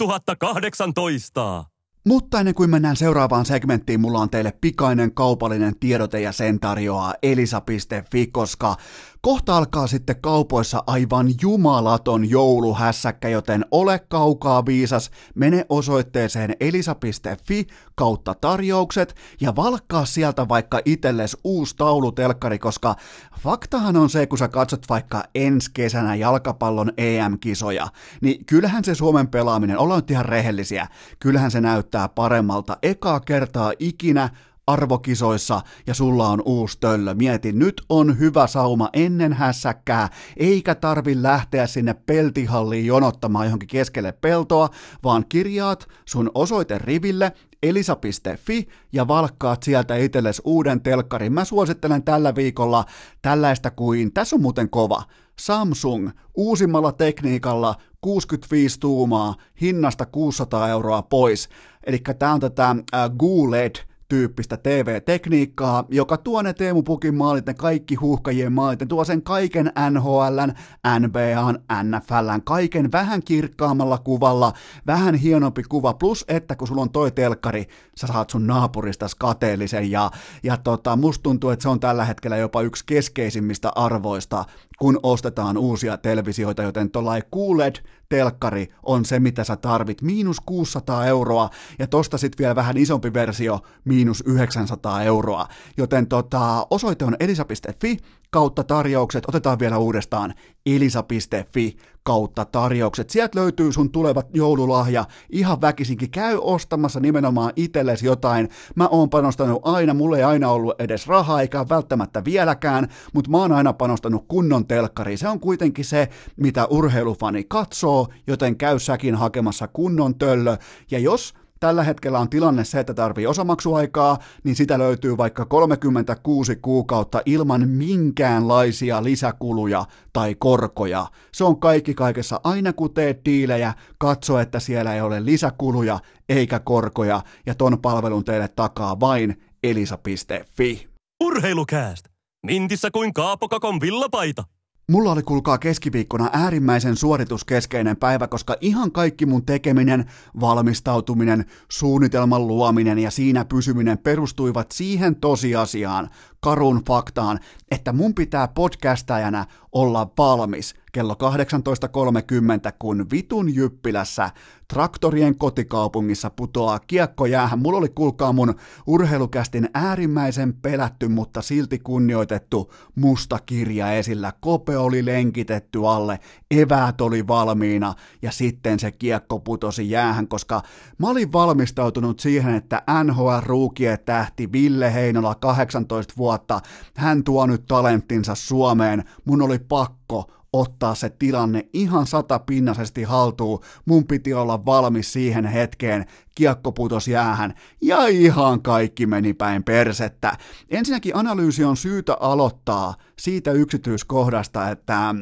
2018! Mutta ennen kuin mennään seuraavaan segmenttiin, mulla on teille pikainen kaupallinen tiedote, ja sen tarjoaa Elisa.fi, koska kohta alkaa sitten kaupoissa aivan jumalaton jouluhässäkkä, joten ole kaukaa viisas, mene osoitteeseen elisa.fi kautta tarjoukset ja valkkaa sieltä vaikka itelles uusi taulutelkkari, koska faktahan on se, kun sä katsot vaikka ensi kesänä jalkapallon EM-kisoja, niin kyllähän se Suomen pelaaminen, ollaan nyt ihan rehellisiä, kyllähän se näyttää paremmalta ekaa kertaa ikinä arvokisoissa ja sulla on uusi töllö. Mieti, nyt on hyvä sauma ennen hässäkkää, eikä tarvi lähteä sinne peltihalliin jonottamaan johonkin keskelle peltoa, vaan kirjaat sun osoiteriville elisa.fi ja valkkaat sieltä itsellesi uuden telkkarin. Mä suosittelen tällä viikolla tällaista kuin, tässä on muuten kova, Samsung uusimmalla tekniikalla 65 tuumaa, hinnasta 600 euroa pois. Eli tää on tätä QLED-tyyppistä TV-tekniikkaa, joka tuo ne Teemu Pukin maalit, ne kaikki huuhkajien maalit, ne tuo sen kaiken NHL:n, NBA:n, NFL:n, kaiken vähän kirkkaammalla kuvalla, vähän hienompi kuva, plus että kun sulla on toi telkkari, sä saat sun naapuristas kateellisen, ja musta tuntuu, että se on tällä hetkellä jopa yksi keskeisimmistä arvoista, kun ostetaan uusia televisioita, joten tuollainen QLED-telkkari on se, mitä sä tarvit, miinus 600 euroa, ja tosta sit vielä vähän isompi versio, miinus 900 euroa, joten osoite on elisa.fi kautta tarjoukset, otetaan vielä uudestaan elisa.fi kautta tarjoukset, sieltä löytyy sun tulevat joululahja, ihan väkisinkin, käy ostamassa nimenomaan itsellesi jotain, mä oon panostanut aina, mulla ei aina ollut edes rahaa, eikä välttämättä vieläkään, mutta mä oon aina panostanut kunnon telkkariin, se on kuitenkin se, mitä urheilufani katsoo, joten käy säkin hakemassa kunnon töllö, ja jos tällä hetkellä on tilanne se, että tarvii osamaksuaikaa, niin sitä löytyy vaikka 36 kuukautta ilman minkäänlaisia lisäkuluja tai korkoja. Se on kaikki kaikessa. Aina kun teet diilejä, katso, että siellä ei ole lisäkuluja eikä korkoja, ja ton palvelun teille takaa vain elisa.fi. Urheilukääst! Mintissä kuin Kaapokakon villapaita. Mulla oli, kuulkaa, keskiviikkona äärimmäisen suorituskeskeinen päivä, koska ihan kaikki mun tekeminen, valmistautuminen, suunnitelman luominen ja siinä pysyminen perustuivat siihen tosiasiaan, karun faktaan, että mun pitää podcastajana olla valmis kello 18.30, kun vitun Jyppilässä Traktorien kotikaupungissa putoaa kiekko jäähän. Mulla oli, kuulkaa, mun urheilukästin äärimmäisen pelätty, mutta silti kunnioitettu musta kirja esillä. Kope oli lenkitetty alle, eväät oli valmiina ja sitten se kiekko putosi jäähän, koska mä olin valmistautunut siihen, että NHL-ruukien tähti Ville Heinola, 18 vuotta, hän tuo nyt talenttinsa Suomeen. Mun oli pakko ottaa se tilanne ihan 100-pinnaisesti haltuun, mun piti olla valmis siihen hetkeen, kiekko putosi jäähän, ja ihan kaikki meni päin persettä. Ensinnäkin analyysi on syytä aloittaa siitä yksityiskohdasta, että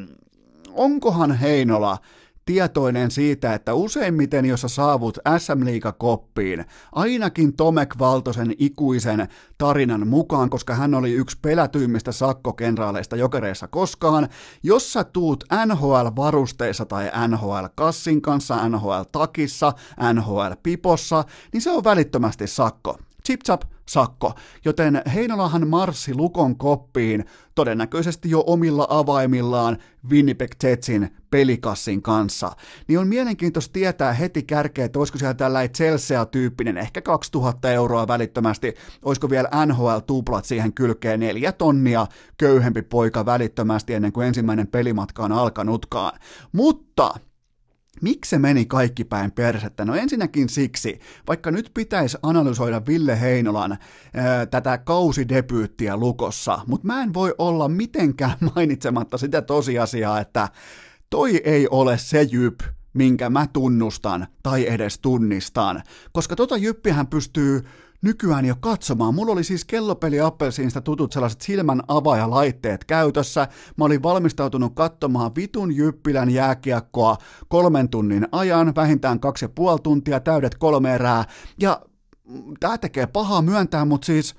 onkohan Heinola tietoinen siitä, että useimmiten, jos sä saavut SM-liigakoppiin, ainakin Tomek Valtosen ikuisen tarinan mukaan, koska hän oli yksi pelätyimmistä sakkokenraaleista Jokereissa koskaan, jos sä tuut NHL-varusteissa tai NHL-kassin kanssa, NHL-takissa, NHL-pipossa, niin se on välittömästi sakko. Chip-chap, sakko, joten Heinolahan marssi Lukon koppiin todennäköisesti jo omilla avaimillaan Winnipeg Jetsin pelikassin kanssa. Niin on mielenkiintoista tietää heti kärkeä, että olisiko siellä tällainen Chelsea-tyyppinen, ehkä 2000 euroa välittömästi, olisiko vielä NHL-tuplat siihen kylkeen, 4 tonnia köyhempi poika välittömästi ennen kuin ensimmäinen pelimatka on alkanutkaan. Mutta miksi se meni kaikki päin persettä? No ensinnäkin siksi, vaikka nyt pitäisi analysoida Ville Heinolan tätä kausidebyyttiä Lukossa, mutta mä en voi olla mitenkään mainitsematta sitä tosiasiaa, että toi ei ole se Jyp, minkä mä tunnustan tai edes tunnistan, koska tota Jyppihän pystyy nykyään jo katsomaan. Mulla oli siis Kellopeli Appelsiinista tutut sellaiset silmän avaajalaitteet käytössä. Mä olin valmistautunut katsomaan vitun Jyppilän jääkiekkoa 3 tunnin ajan, vähintään 2,5 tuntia, täydet 3 erää. Ja tää tekee pahaa myöntää, mutta siis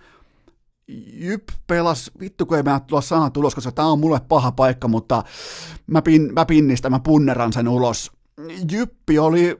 Jyp pelas, vittu kun ei mennä tulla sanaa tulos, koska tää on mulle paha paikka, mutta mä punneran sen ulos. Jyppi oli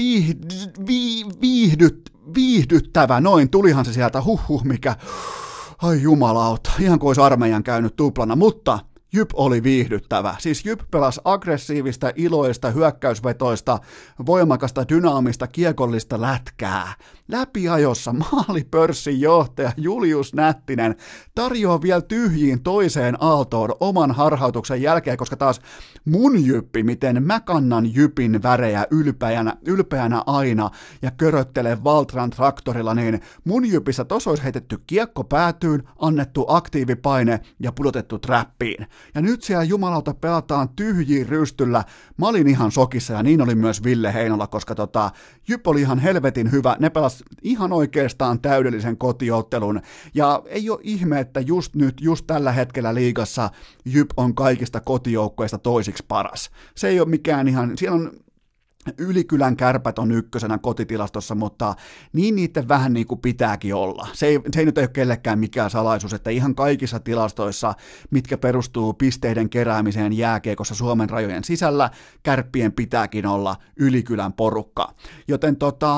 viihdyttävä, noin, tulihan se sieltä, mikä, ai jumalauta, ihan kuin olisi armeijan käynyt tuplana, mutta Jyp oli viihdyttävä. Siis Jyp pelasi aggressiivista, iloista, hyökkäysvetoista, voimakasta, dynaamista, kiekollista lätkää. Läpiajossa maalipörssin johtaja Julius Nättinen tarjoaa vielä tyhjiin toiseen aaltoon oman harhautuksen jälkeen, koska taas mun Jyppi, miten mä kannan Jypin värejä ylpeänä aina ja köröttelen Valtran traktorilla, niin mun Jypissä tos olisi heitetty kiekko päätyyn, annettu aktiivipaine ja pudotettu trappiin. Ja nyt siellä jumalauta pelataan tyhjiin rystyllä. Mä olin ihan shokissa ja niin oli myös Ville Heinola, koska Jyp oli ihan helvetin hyvä. Ne pelas ihan oikeastaan täydellisen kotiottelun. Ja ei ole ihme, että just nyt, just tällä hetkellä liigassa Jyp on kaikista kotijoukkoista toisiksi paras. Se ei ole mikään ihan, siellä on Ylikylän Kärpät on ykkösenä kotitilastossa, mutta niin niiden vähän niin kuin pitääkin olla. Se ei nyt ole kellekään mikään salaisuus, että ihan kaikissa tilastoissa, mitkä perustuu pisteiden keräämiseen jääkiekossa Suomen rajojen sisällä, Kärppien pitääkin olla Ylikylän porukka. Joten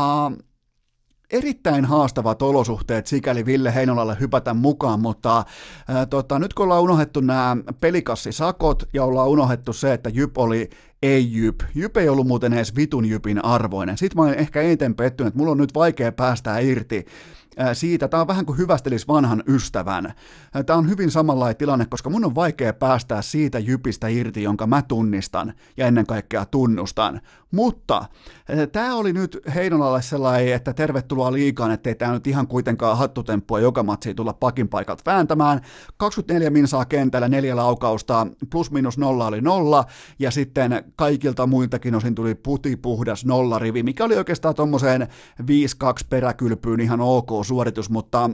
erittäin haastavat olosuhteet sikäli Ville Heinolalle hypätä mukaan, mutta nyt kun ollaan unohdettu nämä pelikassisakot ja ollaan unohdettu se, että Jyp oli ei-Jyp. Jyp ei ollut muuten edes vitun Jypin arvoinen. Sitten mä olen ehkä eniten pettynyt, että mulla on nyt vaikea päästää irti siitä. Tämä on vähän kuin hyvästelis vanhan ystävän. Tämä on hyvin samanlainen tilanne, koska mun on vaikea päästää siitä Jypistä irti, jonka mä tunnistan ja ennen kaikkea tunnustan. Mutta tämä oli nyt Heinolalle sellainen, että tervetuloa liigaan, ettei tämä nyt ihan kuitenkaan hattutemppua joka matsia tulla pakin paikalta vääntämään. 24 minsaa kentällä, 4 laukausta, plus minus 0 oli 0, ja sitten kaikilta muiltakin osin tuli putipuhdas nollarivi, mikä oli oikeastaan tommoseen 5-2 peräkylpyyn ihan ok suoritus, mutta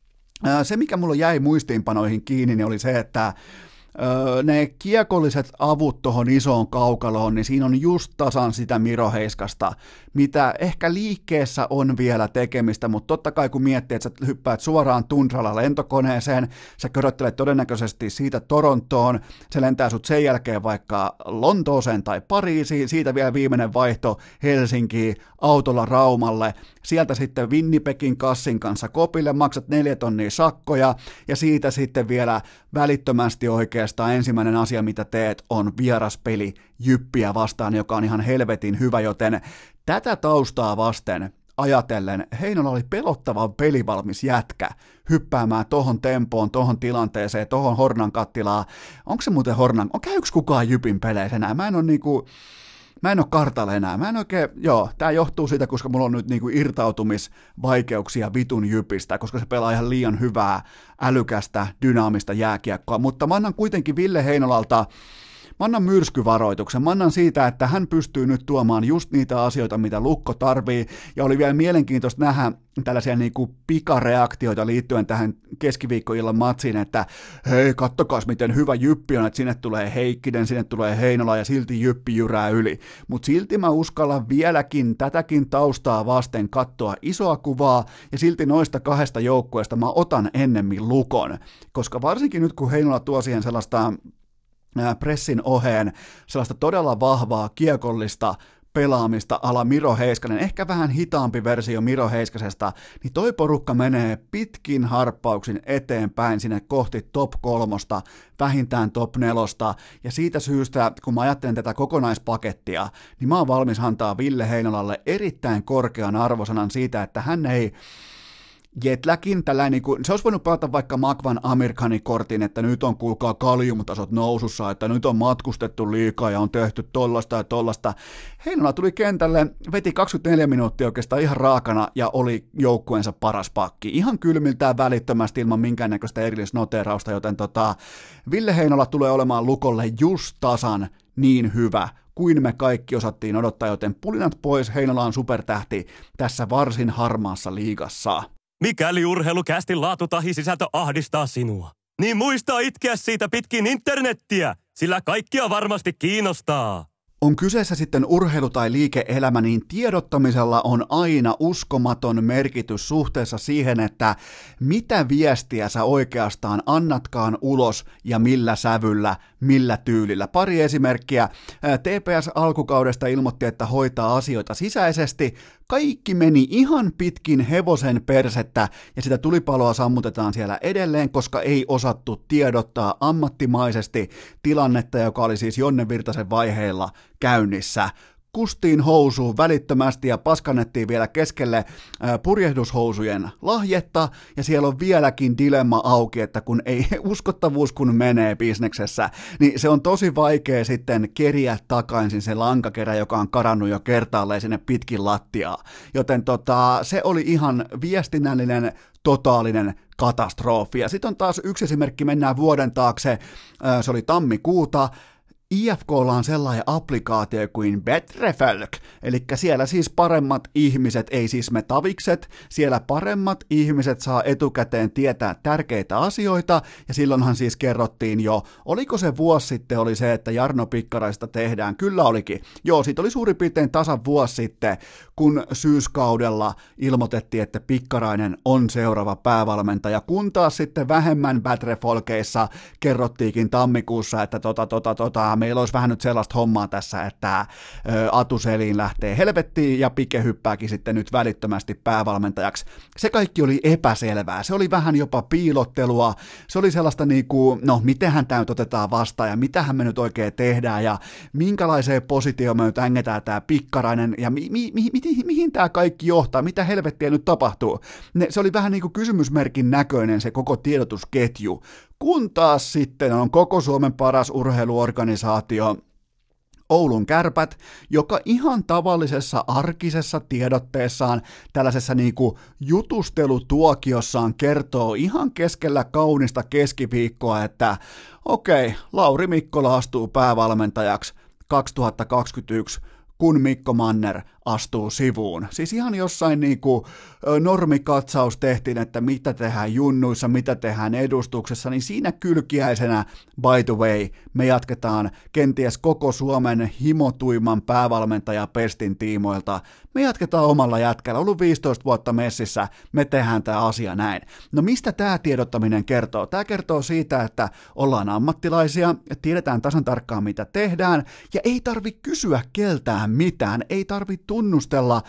se mikä mulla jäi muistiinpanoihin kiinni, niin oli se, että ne kiekolliset avut tuohon isoon kaukaloon, niin siinä on just tasan sitä Miro Heiskasta, mitä ehkä liikkeessä on vielä tekemistä, mutta totta kai kun miettii, että sä hyppäät suoraan tundralla lentokoneeseen, sä köröttelet todennäköisesti siitä Torontoon, se lentää sut sen jälkeen vaikka Lontooseen tai Pariisiin, siitä vielä viimeinen vaihto Helsinkiin, autolla Raumalle, sieltä sitten Winnipegin kassin kanssa kopille, maksat 4 tonnia sakkoja, ja siitä sitten vielä välittömästi oikeastaan ensimmäinen asia, mitä teet, on vieraspeli Jyppiä vastaan, joka on ihan helvetin hyvä, joten tätä taustaa vasten ajatellen Heinola oli pelottavan pelivalmis jätkä hyppäämään tohon tempoon, tohon tilanteeseen, tohon Hornan kattilaan. Onko se muuten Hornan? Käykö kukaan Jypin peleissä enää? Mä en ole kartalla enää. Mä en oikein, tää johtuu siitä, koska mulla on nyt niinku irtautumisvaikeuksia vitun Jypistä, koska se pelaa ihan liian hyvää, älykästä, dynaamista jääkiekkoa, mutta mä annan kuitenkin Ville Heinolalta, mä annan myrskyvaroituksen, mä annan siitä, että hän pystyy nyt tuomaan just niitä asioita, mitä Lukko tarvii, ja oli vielä mielenkiintoista nähdä tällaisia niinku pikareaktioita liittyen tähän keskiviikkoillan matsiin, että hei, kattokaas miten hyvä Jyppi on, että sinne tulee Heikkinen, sinne tulee Heinola ja silti Jyppi jyrää yli, mutta silti mä uskallan vieläkin tätäkin taustaa vasten katsoa isoa kuvaa, ja silti noista 2 joukkueesta mä otan ennemmin Lukon, koska varsinkin nyt kun Heinola tuo siihen sellaista pressin oheen sellaista todella vahvaa kiekollista pelaamista ala Miro Heiskanen, ehkä vähän hitaampi versio Miro Heiskasesta, niin toi porukka menee pitkin harppauksin eteenpäin sinne kohti top 3, vähintään top 4, ja siitä syystä, kun mä ajattelen tätä kokonaispakettia, niin mä oon valmis antaa Ville Heinolalle erittäin korkean arvosanan siitä, että hän ei Jetläkin, tällainen, niin kuin, se olisi voinut pelata vaikka Makvan Amerikani-kortin, että nyt on kuulkaa kaliumtasot nousussa, että nyt on matkustettu liikaa ja on tehty tollasta ja tollasta. Heinola tuli kentälle, veti 24 minuuttia oikeastaan ihan raakana ja oli joukkueensa paras pakki. Ihan kylmiltään välittömästi ilman minkäännäköistä erillisnoteerausta, joten Ville Heinola tulee olemaan Lukolle just tasan niin hyvä kuin me kaikki osattiin odottaa, joten pulinat pois, Heinola on supertähti tässä varsin harmaassa liigassa. Mikäli urheilukästin laatu tahi sisältö ahdistaa sinua, niin muista itkeä siitä pitkin internettiä, sillä kaikkia varmasti kiinnostaa. On kyseessä sitten urheilu- tai liike-elämä, niin tiedottamisella on aina uskomaton merkitys suhteessa siihen, että mitä viestiä sä oikeastaan annatkaan ulos ja millä sävyllä, millä tyylillä. Pari esimerkkiä. TPS alkukaudesta ilmoitti, että hoitaa asioita sisäisesti, Kaikki meni ihan pitkin hevosen persettä ja sitä tulipaloa sammutetaan siellä edelleen, koska ei osattu tiedottaa ammattimaisesti tilannetta, joka oli siis Jonne Virtasen vaiheilla käynnissä. Kustiin housuun välittömästi ja paskannettiin vielä keskelle purjehdushousujen lahjetta, ja siellä on vieläkin dilemma auki, että kun ei uskottavuus kun menee bisneksessä, niin se on tosi vaikea sitten keriä takaisin se lankakerä, joka on karannut jo kertaalleen sinne pitkin lattiaa. Joten se oli ihan viestinnällinen, totaalinen katastrofi. Ja sitten on taas yksi esimerkki, mennään vuoden taakse, se oli tammikuuta. IFK:lla on sellainen applikaatio kuin Betrefolk, eli siellä siis paremmat ihmiset, ei siis me tavikset, siellä paremmat ihmiset saa etukäteen tietää tärkeitä asioita, ja silloinhan siis kerrottiin jo, oliko se vuosi sitten, oli se, että Jarno Pikkaraista tehdään, kyllä olikin, joo, siitä oli suurin piirtein tasan vuosi sitten, kun syyskaudella ilmoitettiin, että Pikkarainen on seuraava päävalmentaja, kun taas sitten vähemmän Betrefolkeissa kerrottiinkin tammikuussa, että meillä olisi vähän nyt sellaista hommaa tässä, että Atu Selin lähtee helvettiin ja Pike hyppääkin sitten nyt välittömästi päävalmentajaksi. Se kaikki oli epäselvää, se oli vähän jopa piilottelua, se oli sellaista niinku, no mitenhän tämä nyt otetaan vastaan ja mitähän me nyt oikein tehdään ja minkälaiseen positioon me nyt ängetään tämä Pikkarainen ja mihin tämä kaikki johtaa, mitä helvettiä nyt tapahtuu. Se oli vähän niin kuin kysymysmerkin näköinen se koko tiedotusketju. Kun taas sitten on koko Suomen paras urheiluorganisaatio Oulun Kärpät, joka ihan tavallisessa arkisessa tiedotteessaan, tällaisessa niinku jutustelutuokiossaan kertoo ihan keskellä kaunista keskiviikkoa, että okei, Lauri Mikkola astuu päävalmentajaksi 2021, kun Mikko Manner astuu sivuun. Siis ihan jossain niinku normikatsaus tehtiin, että mitä tehdään junnuissa, mitä tehdään edustuksessa, niin siinä kylkiäisenä, by the way, me jatketaan kenties koko Suomen himotuimman päävalmentajapestin tiimoilta. Me jatketaan omalla jätkällä, ollut 15 vuotta messissä, me tehdään tämä asia näin. No mistä tämä tiedottaminen kertoo? Tämä kertoo siitä, että ollaan ammattilaisia, tiedetään tasan tarkkaan mitä tehdään, ja ei tarvi kysyä keltään mitään, ei tarvi tunnustella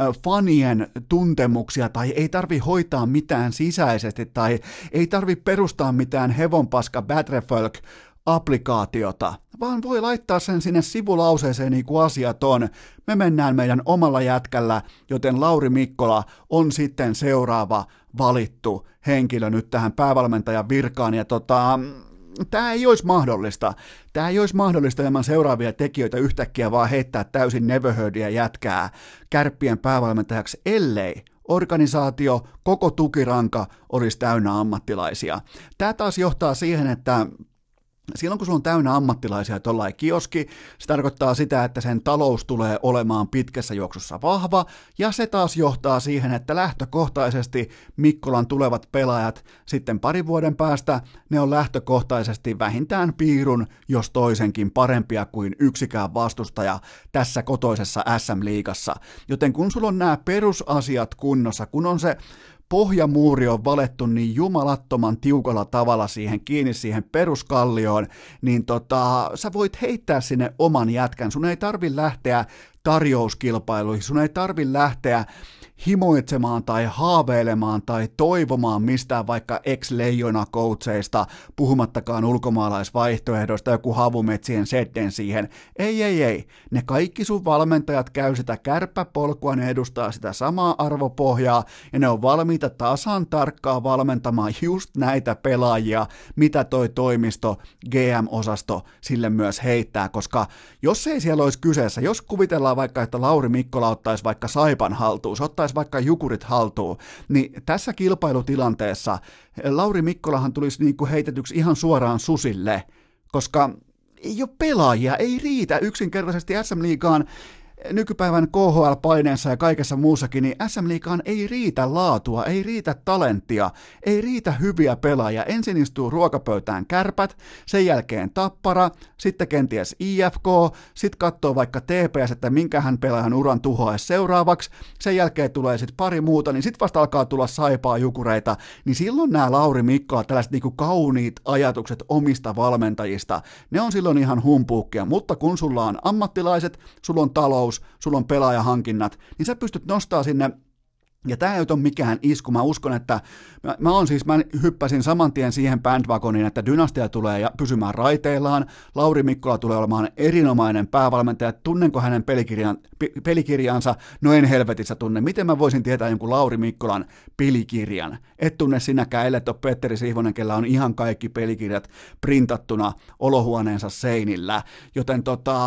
fanien tuntemuksia tai ei tarvi hoitaa mitään sisäisesti tai ei tarvi perustaa mitään hevonpaska Betrefolk applikaatiota, vaan voi laittaa sen sinne sivulauseeseen niin kuin asiat on. Me mennään meidän omalla jätkällä, joten Lauri Mikkola on sitten seuraava valittu henkilö nyt tähän päävalmentajan virkaan ja tämä ei olisi mahdollista. Tämä ei olisi mahdollista ilman seuraavia tekijöitä yhtäkkiä vaan heittää täysin neverheardia jätkää Kärppien päävalmentajaksi, ellei organisaatio, koko tukiranka olisi täynnä ammattilaisia. Tämä taas johtaa siihen, että silloin kun sulla on täynnä ammattilaisia tuollainen kioski, se tarkoittaa sitä, että sen talous tulee olemaan pitkässä juoksussa vahva, ja se taas johtaa siihen, että lähtökohtaisesti Mikkolan tulevat pelaajat sitten parin vuoden päästä, ne on lähtökohtaisesti vähintään piirun, jos toisenkin parempia kuin yksikään vastustaja tässä kotoisessa SM-liigassa. Joten kun sulla on nämä perusasiat kunnossa, kun on se pohjamuuri on valettu niin jumalattoman tiukalla tavalla kiinni siihen peruskallioon, niin sä voit heittää sinne oman jätkän. Sun ei tarvi lähteä tarjouskilpailuihin, sun ei tarvi lähteä himoitsemaan tai haaveilemaan tai toivomaan mistään vaikka ex-leijona-coacheista, puhumattakaan ulkomaalaisvaihtoehdoista, joku havumetsien sedden siihen. Ei. Ne kaikki sun valmentajat käy sitä kärppäpolkua, ne edustaa sitä samaa arvopohjaa ja ne on valmiita tasan tarkkaan valmentamaan just näitä pelaajia, mitä toi toimisto, GM-osasto sille myös heittää, koska jos ei siellä olisi kyseessä, jos kuvitellaan vaikka, että Lauri Mikkola ottaisi vaikka Saipan haltuun, se ottaisi vaikka Jukurit haltuun, niin tässä kilpailutilanteessa Lauri Mikkolahan tulisi niin kuin heitetyksi ihan suoraan susille, koska ei ole pelaajia, ei riitä yksinkertaisesti SM-liigaan nykypäivän KHL-paineensa ja kaikessa muussakin, niin SM-liigaan ei riitä laatua, ei riitä talenttia, ei riitä hyviä pelaajia. Ensin istuu ruokapöytään Kärpät, sen jälkeen Tappara, sitten kenties IFK, sitten katsoo vaikka TPS, että minkähän pelaajan uran tuhoaisi seuraavaksi, sen jälkeen tulee sitten pari muuta, niin sitten vasta alkaa tulla Saipaa, Jukureita, niin silloin nämä Lauri Mikkola, tällaiset niinku kauniit ajatukset omista valmentajista, ne on silloin ihan humpuukkia, mutta kun sulla on ammattilaiset, sulla on talous, talous, sulla on pelaajahankinnat, niin sä pystyt nostaa sinne. Ja tämä ei ole mikään isku. Mä uskon, että mä hyppäsin saman tien siihen bandwagoniin, että Dynastia tulee pysymään raiteillaan. Lauri Mikkola tulee olemaan erinomainen päävalmentaja. Tunnenko hänen pelikirjansa? No en helvetissä tunne. Miten mä voisin tietää jonkun Lauri Mikkolan pelikirjan? Et tunne sinäkään, ellei ole Petteri Sihvonen, kellä on ihan kaikki pelikirjat printattuna olohuoneensa seinillä. Joten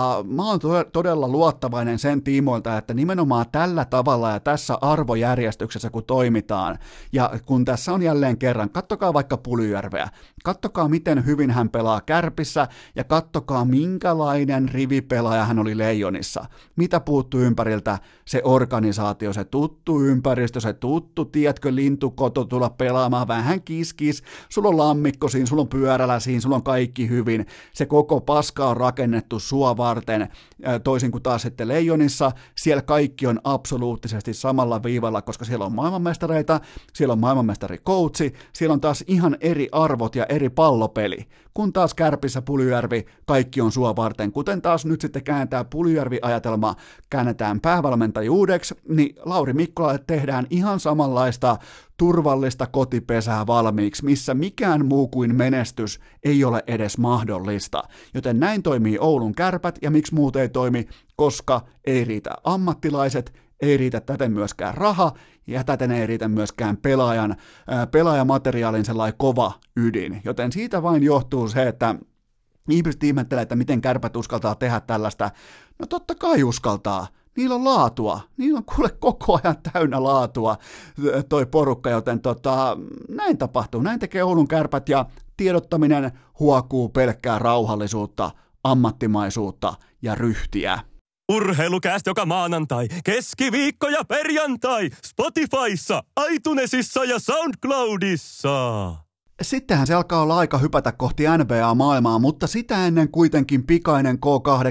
mä oon todella luottavainen sen tiimoilta, että nimenomaan tällä tavalla ja tässä arvojärjestelmässä kun toimitaan, ja kun tässä on jälleen kerran, kattokaa vaikka Puljujärveä, kattokaa miten hyvin hän pelaa Kärpissä, ja kattokaa minkälainen rivipelaaja hän oli Leijonissa, mitä puuttuu ympäriltä, se organisaatio, se tuttu ympäristö, se tuttu, tiedätkö, lintukoto tulla pelaamaan, vähän kiskis, sulla on lammikko siinä, sulla on pyörällä siinä, sulla on kaikki hyvin, se koko paska on rakennettu sua varten, toisin kuin taas sitten Leijonissa, siellä kaikki on absoluuttisesti samalla viivalla, koska siellä on maailmanmestareita, siellä on maailmanmestarikoutsi, siellä on taas ihan eri arvot ja eri pallopeli, kun taas Kärpissä Puljujärvi, kaikki on sua varten, kuten taas nyt sitten kääntää Puljujärvi-ajatelma, käännetään päävalmentajuudeksi, niin Lauri Mikkolalle tehdään ihan samanlaista turvallista kotipesää valmiiksi, missä mikään muu kuin menestys ei ole edes mahdollista. Joten näin toimii Oulun Kärpät, ja miksi muut ei toimi, koska ei riitä ammattilaiset, ei riitä täten myöskään raha, ja täten ei riitä myöskään pelaajamateriaalin sellainen kova ydin. Joten siitä vain johtuu se, että ihmiset ihmettelee, että miten Kärpät uskaltaa tehdä tällaista. No totta kai uskaltaa. Niillä on laatua. Niillä on kuule koko ajan täynnä laatua toi porukka, joten näin tapahtuu. Näin tekee Oulun Kärpät, ja tiedottaminen huokuu pelkkää rauhallisuutta, ammattimaisuutta ja ryhtiä. Urheilucast joka maanantai, keskiviikko ja perjantai, Spotifyssa, iTunesissa ja SoundCloudissa. Sittenhän se alkaa olla aika hypätä kohti NBA-maailmaa, mutta sitä ennen kuitenkin pikainen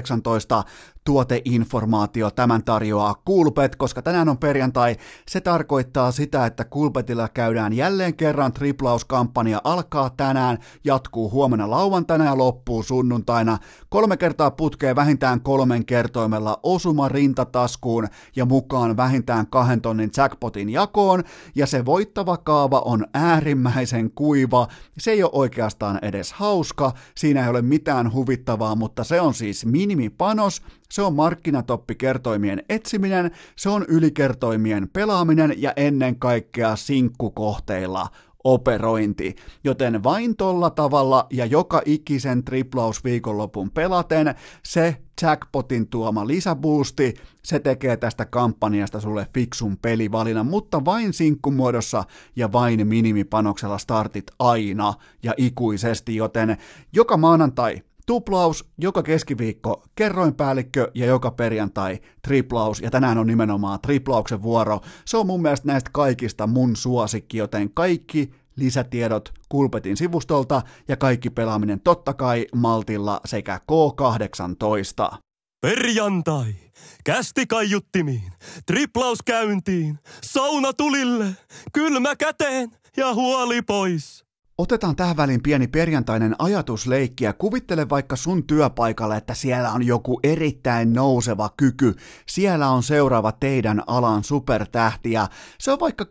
K18 tuoteinformaatio tämän tarjoaa Coolbet, koska tänään on perjantai. Se tarkoittaa sitä, että Coolbetilla käydään jälleen kerran triplauskampanja, alkaa tänään, jatkuu huomenna lauantaina ja loppuu sunnuntaina. 3 kertaa putkeen vähintään 3 kertoimella osuma rintataskuun ja mukaan vähintään 2 tonnin jackpotin jakoon, ja se voittava kaava on äärimmäisen kuiva. Se ei ole oikeastaan edes hauska, siinä ei ole mitään huvittavaa, mutta se on siis minimipanos. Se on markkinatoppikertoimien etsiminen, se on ylikertoimien pelaaminen ja ennen kaikkea sinkkukohteilla operointi, joten vain tolla tavalla ja joka ikisen triplausviikonlopun pelaten se jackpotin tuoma lisäboosti, se tekee tästä kampanjasta sulle fiksun pelivalinnan, mutta vain sinkkumuodossa ja vain minimipanoksella startit aina ja ikuisesti, joten joka maanantai tuplaus, joka keskiviikko kerroinpäällikkö ja joka perjantai triplaus, ja tänään on nimenomaan triplauksen vuoro. Se on mun mielestä näistä kaikista mun suosikki, joten kaikki lisätiedot Coolbetin sivustolta ja kaikki pelaaminen totta kai Maltilla sekä K18. Perjantai, kästi kaiuttimiin, triplaus käyntiin, sauna tulille, kylmä käteen ja huoli pois. Otetaan tähän väliin pieni perjantainen ajatusleikki ja kuvittele vaikka sun työpaikalle, että siellä on joku erittäin nouseva kyky. Siellä on seuraava teidän alan supertähti ja se on vaikka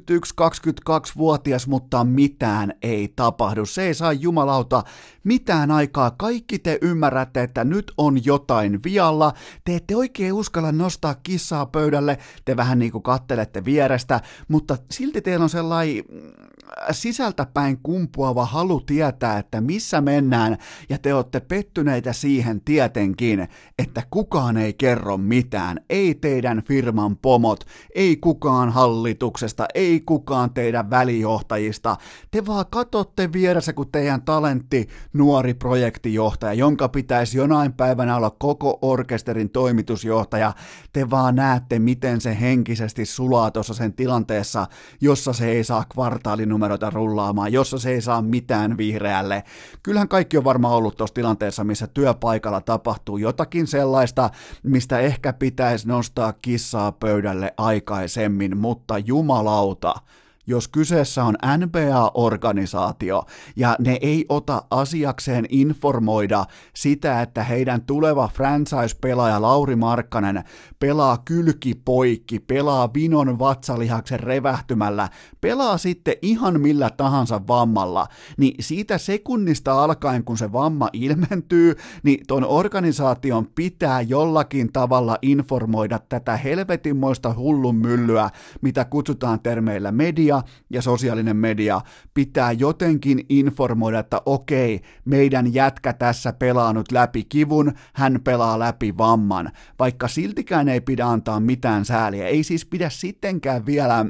21-22-vuotias, mutta mitään ei tapahdu. Se ei saa jumalauta mitään aikaa. Kaikki te ymmärrätte, että nyt on jotain vialla. Te ette oikein uskalla nostaa kissaa pöydälle. Te vähän niin kuin kattelette vierestä, mutta silti teillä on sellainen sisältäpäin kumpuava halu tietää, että missä mennään, ja te olette pettyneitä siihen tietenkin, että kukaan ei kerro mitään, ei teidän firman pomot, ei kukaan hallituksesta, ei kukaan teidän välijohtajista, te vaan katsotte vieressä, kun teidän talentti, nuori projektijohtaja, jonka pitäisi jonain päivänä olla koko orkesterin toimitusjohtaja, te vaan näette, miten se henkisesti sulaa tuossa sen tilanteessa, jossa se ei saa kvartaalinumeroita rullaamaan, jossa se ei saa mitään vihreälle. Kyllähän kaikki on varmaan ollut tuossa tilanteessa, missä työpaikalla tapahtuu jotakin sellaista, mistä ehkä pitäisi nostaa kissaa pöydälle aikaisemmin, mutta jumalauta, jos kyseessä on NBA-organisaatio ja ne ei ota asiakseen informoida sitä, että heidän tuleva franchise-pelaaja Lauri Markkanen pelaa kylkipoikki, pelaa vinon vatsalihaksen revähtymällä, pelaa sitten ihan millä tahansa vammalla, niin siitä sekunnista alkaen, kun se vamma ilmentyy, niin ton organisaation pitää jollakin tavalla informoida tätä helvetinmoista hullun myllyä, mitä kutsutaan termeillä media ja sosiaalinen media, pitää jotenkin informoida, että okei, meidän jätkä tässä pelaa nyt läpi kivun, hän pelaa läpi vamman, vaikka siltikään ei pidä antaa mitään sääliä, ei siis pidä sittenkään vielä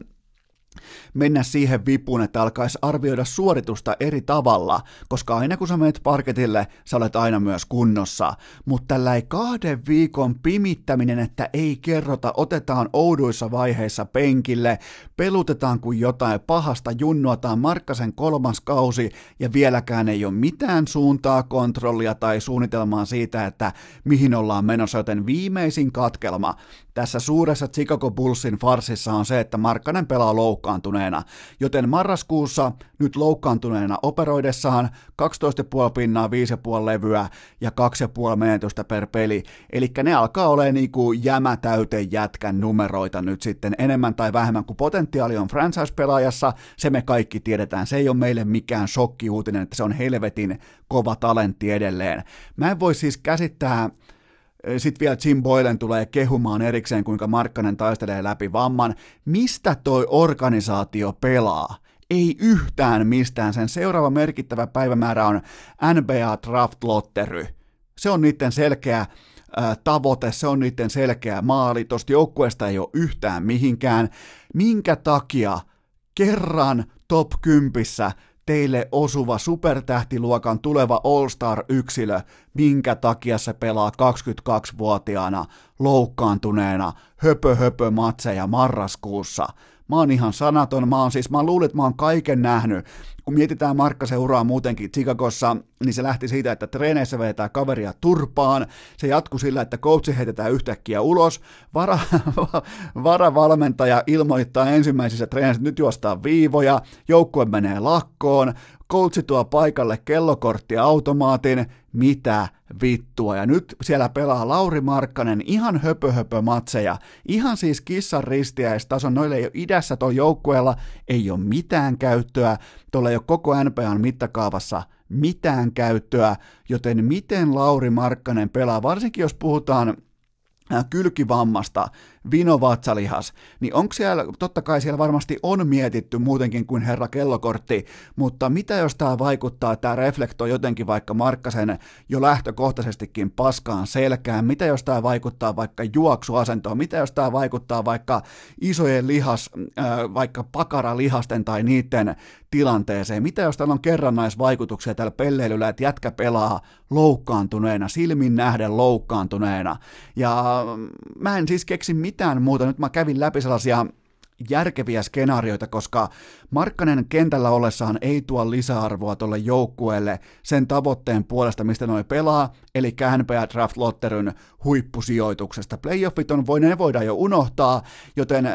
mennä siihen vipuun, että alkaisi arvioida suoritusta eri tavalla, koska aina kun sä menet parketille, sä olet aina myös kunnossa, mutta tällä 2 viikon pimittäminen, että ei kerrota, otetaan ouduissa vaiheissa penkille, pelutetaan kuin jotain pahasta, junnuataan Markkasen 3. kausi ja vieläkään ei ole mitään suuntaa, kontrollia tai suunnitelmaa siitä, että mihin ollaan menossa, joten viimeisin katkelma tässä suuressa Chicago Bullsin farsissa on se, että Markkanen pelaa loukkaantuneena, joten marraskuussa nyt loukkaantuneena operoidessaan 12,5 pinnaa, 5,5 levyä ja 2,5 menetystä per peli, eli ne alkaa olemaan niin kuin jämätäyten jätkän numeroita nyt sitten enemmän tai vähemmän, kun potentiaali on franchise-pelaajassa, se me kaikki tiedetään, se ei ole meille mikään shokkiuutinen, että se on helvetin kova talentti edelleen. Mä en voi siis käsittää. Sitten vielä Jim Boylen tulee kehumaan erikseen, kuinka Markkanen taistelee läpi vamman. Mistä toi organisaatio pelaa? Ei yhtään mistään. Sen seuraava merkittävä päivämäärä on NBA Draft Lottery. Se on niiden selkeä tavoite, se on niiden selkeä maali. Tuosta joukkueesta ei ole yhtään mihinkään. Minkä takia kerran top 10 teille osuva supertähtiluokan tuleva All-Star-yksilö, minkä takia se pelaa 22-vuotiaana, loukkaantuneena, höpö matseja marraskuussa. Mä oon ihan sanaton, mä luulen, että mä oon kaiken nähnyt. Kun mietitään Markkasen uraa muutenkin Chicagossa, niin se lähti siitä, että treeneissä vedetään kaveria turpaan, se jatkui sillä, että coachi heitetään yhtäkkiä ulos, varavalmentaja ilmoittaa ensimmäisissä treeneissä, että nyt juostaan viivoja, joukkue menee lakkoon, coachi tuo paikalle kellokorttiautomaatin, mitä vittua, ja nyt siellä pelaa Lauri Markkanen ihan höpö matseja, ihan siis kissan ristiäistason, noille ei ole idässä tuon joukkueella, ei ole mitään käyttöä, tuolla ei ole koko NBAn mittakaavassa mitään käyttöä, joten miten Lauri Markkanen pelaa, varsinkin jos puhutaan kylkivammasta, vinovatsalihas, niin onko siellä, totta kai siellä varmasti on mietitty muutenkin kuin herra kellokortti, mutta mitä jos tämä vaikuttaa, tämä reflektoi jotenkin vaikka Markkasen jo lähtökohtaisestikin paskaan selkään, mitä jos tämä vaikuttaa vaikka juoksuasentoon, mitä jos tämä vaikuttaa vaikka isojen vaikka pakaralihasten tai niiden tilanteeseen, mitä jos täällä on kerrannaisvaikutuksia tällä pelleilyllä, että jätkä pelaa loukkaantuneena, silmin nähden loukkaantuneena, ja mä en siis keksi mitään muuta, nyt mä kävin läpi sellaisia järkeviä skenaarioita, koska Markkanen kentällä ollessaan ei tuo lisäarvoa tuolle joukkueelle sen tavoitteen puolesta, mistä noi pelaa, eli NBA Draft Lotteryn huippusijoituksesta. Playoffit ne voidaan jo unohtaa, joten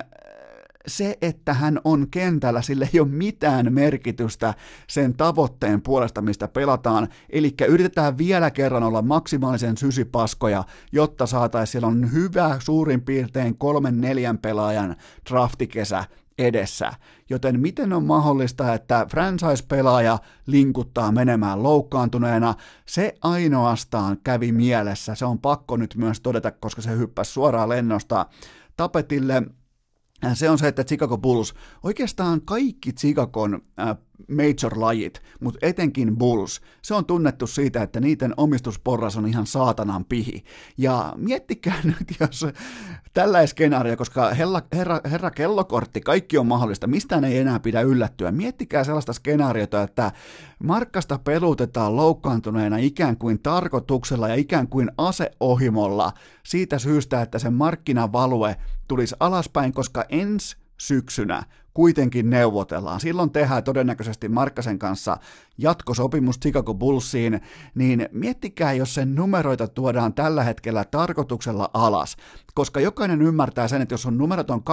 se, että hän on kentällä, sillä ei ole mitään merkitystä sen tavoitteen puolesta, mistä pelataan, eli yritetään vielä kerran olla maksimaalisen sysipaskoja, jotta saataisiin, siellä on hyvä suurin piirtein 3-4 pelaajan draftikesä edessä, joten miten on mahdollista, että franchise-pelaaja linkuttaa menemään loukkaantuneena, se ainoastaan kävi mielessä, se on pakko nyt myös todeta, koska se hyppäsi suoraan lennosta tapetille. Se on se, että Chicago Bulls, oikeastaan kaikki Chicagon major-lajit, mutta etenkin Bulls, se on tunnettu siitä, että niiden omistusporras on ihan saatanan pihi. Ja miettikää nyt, jos tällä skenaario, koska herra kellokortti, kaikki on mahdollista, mistään ei enää pidä yllättyä. Miettikää sellaista skenaariota, että Markkasta pelutetaan loukkaantuneena ikään kuin tarkoituksella ja ikään kuin aseohimolla siitä syystä, että sen markkinavalue tulisi alaspäin, koska ensi syksynä, kuitenkin neuvotellaan. Silloin tehdään todennäköisesti Markkasen kanssa jatkosopimus Chicago Bullsiin, niin miettikää, jos sen numeroita tuodaan tällä hetkellä tarkoituksella alas, koska jokainen ymmärtää sen, että jos on numerot on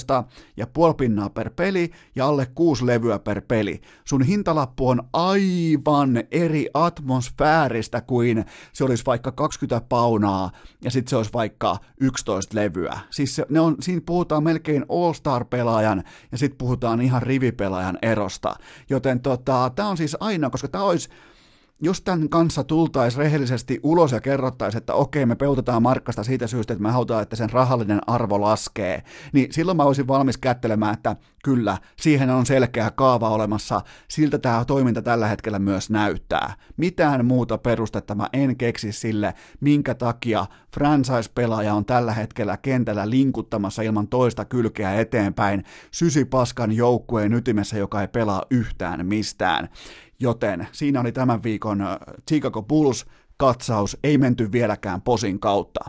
12,5 pinnaa per peli ja alle 6 levyä per peli, sun hintalappu on aivan eri atmosfääristä kuin se olisi vaikka 20 paunaa ja sitten se olisi vaikka 11 levyä. Siis siinä puhutaan melkein all-star-pelaajan ja sitten puhutaan ihan rivipelaajan erosta, joten tämä on siis aina, koska tämä olisi, jos tämän kanssa tultaisiin rehellisesti ulos ja kerrottaisiin, että okei, me peutetaan Markkasta siitä syystä, että me halutaan, että sen rahallinen arvo laskee, niin silloin mä olisin valmis kättelemään, että kyllä, siihen on selkeä kaava olemassa, siltä tämä toiminta tällä hetkellä myös näyttää. Mitään muuta perustetta mä en keksi sille, minkä takia franchise-pelaaja on tällä hetkellä kentällä linkuttamassa ilman toista kylkeä eteenpäin sysipaskan joukkueen ytimessä, joka ei pelaa yhtään mistään. Joten siinä oli tämän viikon Chicago Bulls-katsaus, ei menty vieläkään posin kautta.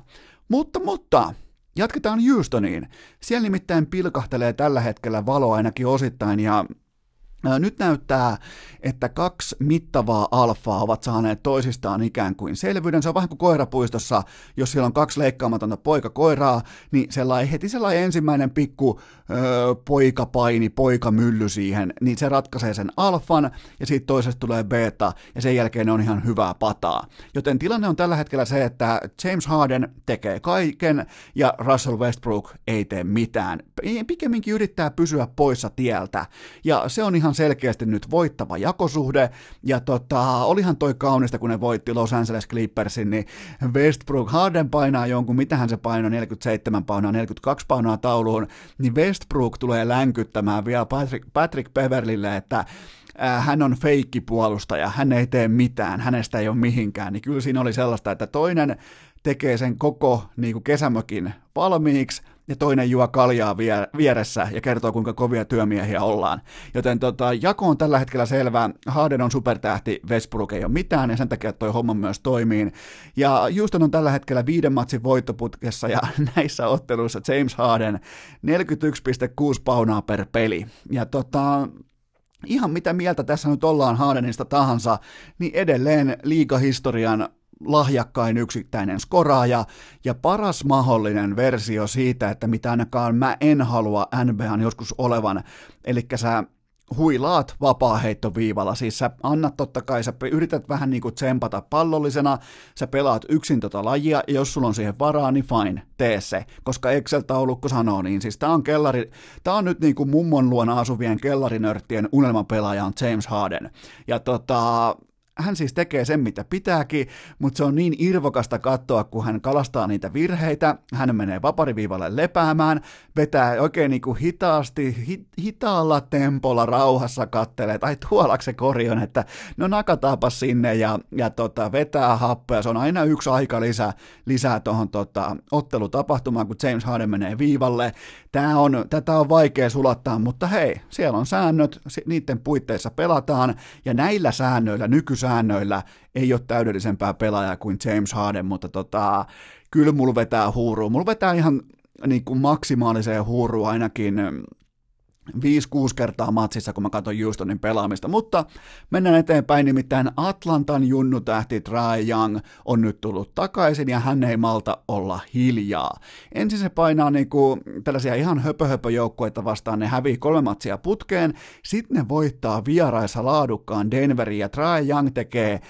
Mutta jatketaan Houstoniin. Siellä nimittäin pilkahtelee tällä hetkellä valo ainakin osittain, ja nyt näyttää, että 2 mittavaa alfaa ovat saaneet toisistaan ikään kuin selvyyden. Se on vähän kuin koirapuistossa, jos siellä on 2 leikkaamatonta poikakoiraa, niin heti sellainen ensimmäinen pikku poikapaini, poikamylly siihen, niin se ratkaisee sen alfan, ja siitä toisesta tulee beta, ja sen jälkeen ne on ihan hyvää pataa. Joten tilanne on tällä hetkellä se, että James Harden tekee kaiken, ja Russell Westbrook ei tee mitään. Pikemminkin yrittää pysyä poissa tieltä, ja se on ihan selkeästi nyt voittava jakosuhde, ja olihan toi kaunista, kun ne voitti Los Angeles Clippersin, niin Westbrook, Harden painaa jonkun, mitähän se painoi, 47 paunaa, 42 paunaa tauluun, niin Westbrook tulee länkyttämään vielä Patrick Beverlylle, että hän on feikkipuolustaja, hän ei tee mitään, hänestä ei ole mihinkään, niin kyllä siinä oli sellaista, että toinen tekee sen koko niin kuin kesämökin valmiiksi, ja toinen juo kaljaa vieressä ja kertoo, kuinka kovia työmiehiä ollaan. Joten jako on tällä hetkellä selvä. Harden on supertähti, Westbrook ei ole mitään, ja sen takia toi homma myös toimii. Ja Houston on tällä hetkellä 5 matsin voittoputkessa, ja näissä otteluissa James Harden 41,6 paunaa per peli. Ja ihan mitä mieltä tässä nyt ollaan Hardenista tahansa, niin edelleen liigahistorian lahjakkain yksittäinen skoraaja ja paras mahdollinen versio siitä, että mitä ainakaan mä en halua NBAn joskus olevan, eli sä huilaat vapaaheittoviivalla, siis sä annat totta kai, sä yrität vähän niin kuin tsempata pallollisena, sä pelaat yksin lajia, ja jos sulla on siihen varaa, niin fine, tee se, koska Excel-taulukko sanoo niin, siis tää on nyt niin kuin mummon luona asuvien kellarinörttien unelmapelaaja on James Harden, ja hän siis tekee sen, mitä pitääkin, mutta se on niin irvokasta katsoa, kun hän kalastaa niitä virheitä, hän menee vapariviivalle lepäämään, vetää oikein niin kuin hitaalla tempolla rauhassa kattelee, tai tuollaksi se kori on, että no nakataanpa sinne ja vetää happea, se on aina yksi aika lisää tuohon ottelutapahtumaan, kun James Harden menee viivalle. Tätä on vaikea sulattaa, mutta hei, siellä on säännöt, niiden puitteissa pelataan, ja näillä säännöillä, nykysäännöillä, ei ole täydellisempää pelaajaa kuin James Harden, mutta kyllä mulla vetää huuruun. Mulla vetää ihan niin kuin maksimaaliseen huuruun ainakin 5-6 kertaa matsissa, kun mä katson Houstonin pelaamista, mutta mennään eteenpäin, nimittäin Atlantan junnutähti Trae Young on nyt tullut takaisin, ja hän ei malta olla hiljaa. Ensin se painaa niinku tällaisia ihan höpöhöpöjoukkueita vastaan, ne hävii 3 matsia putkeen, sitten ne voittaa vieraissa laadukkaan Denverin, ja Trae Young tekee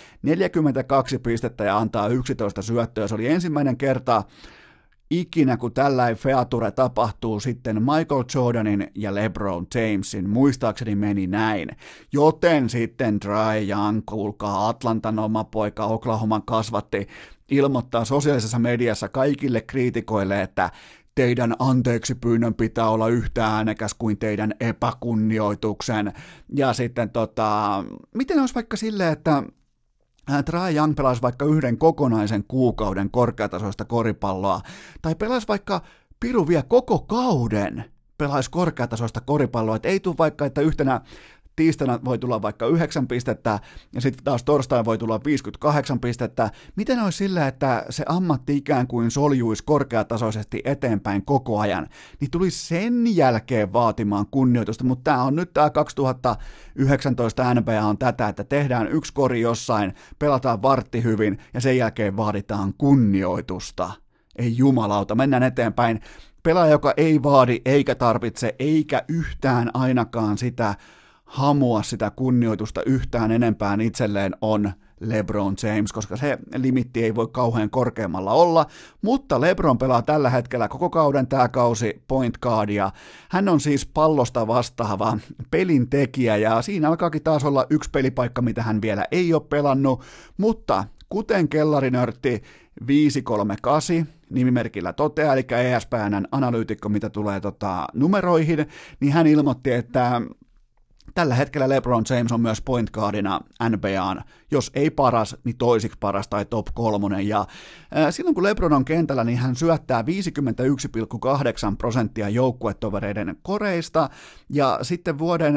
42 pistettä ja antaa 11 syöttöä. Se oli ensimmäinen kerta ikinä, kun tällainen feature tapahtuu sitten Michael Jordanin ja LeBron Jamesin, muistaakseni meni näin. Joten sitten Trae Young, kuulkaa, Atlantan oma poika, Oklahoman kasvatti, ilmoittaa sosiaalisessa mediassa kaikille kriitikoille, että teidän anteeksi pyynnön pitää olla yhtä äänekäs kuin teidän epäkunnioituksen. Ja sitten miten olisi vaikka silleen, että Trae Young pelaisi vaikka yhden kokonaisen kuukauden korkeatasoista koripalloa, tai pelaisi vaikka vielä koko kauden pelaisi korkeatasoista koripalloa, että ei tule vaikka, että yhtenä tiistaina voi tulla vaikka 9 pistettä, ja sitten taas torstaina voi tulla 58 pistettä. Miten olisi sillä, että se ammatti ikään kuin soljuisi korkeatasoisesti eteenpäin koko ajan, niin tulisi sen jälkeen vaatimaan kunnioitusta, mutta tämä on nyt tämä 2019 NBA on tätä, että tehdään yksi kori jossain, pelataan vartti hyvin, ja sen jälkeen vaaditaan kunnioitusta. Ei jumalauta, mennään eteenpäin. Pelaaja, joka ei vaadi eikä tarvitse eikä yhtään ainakaan sitä hamua sitä kunnioitusta yhtään enempään itselleen on LeBron James, koska se limitti ei voi kauhean korkeammalla olla, mutta LeBron pelaa tällä hetkellä koko kauden tämä kausi point guardia. Hän on siis pallosta vastaava pelin tekijä ja siinä alkaakin taas olla yksi pelipaikka, mitä hän vielä ei ole pelannut, mutta kuten kellarinörtti 538 nimimerkillä toteaa, eli ESPN:n analyytikko, mitä tulee numeroihin, niin hän ilmoitti, että tällä hetkellä LeBron James on myös point guardina NBA:n, jos ei paras, niin toisiksi paras tai top 3. Ja silloin kun LeBron on kentällä, niin hän syöttää 51,8% joukkuetovereiden koreista, ja sitten vuoden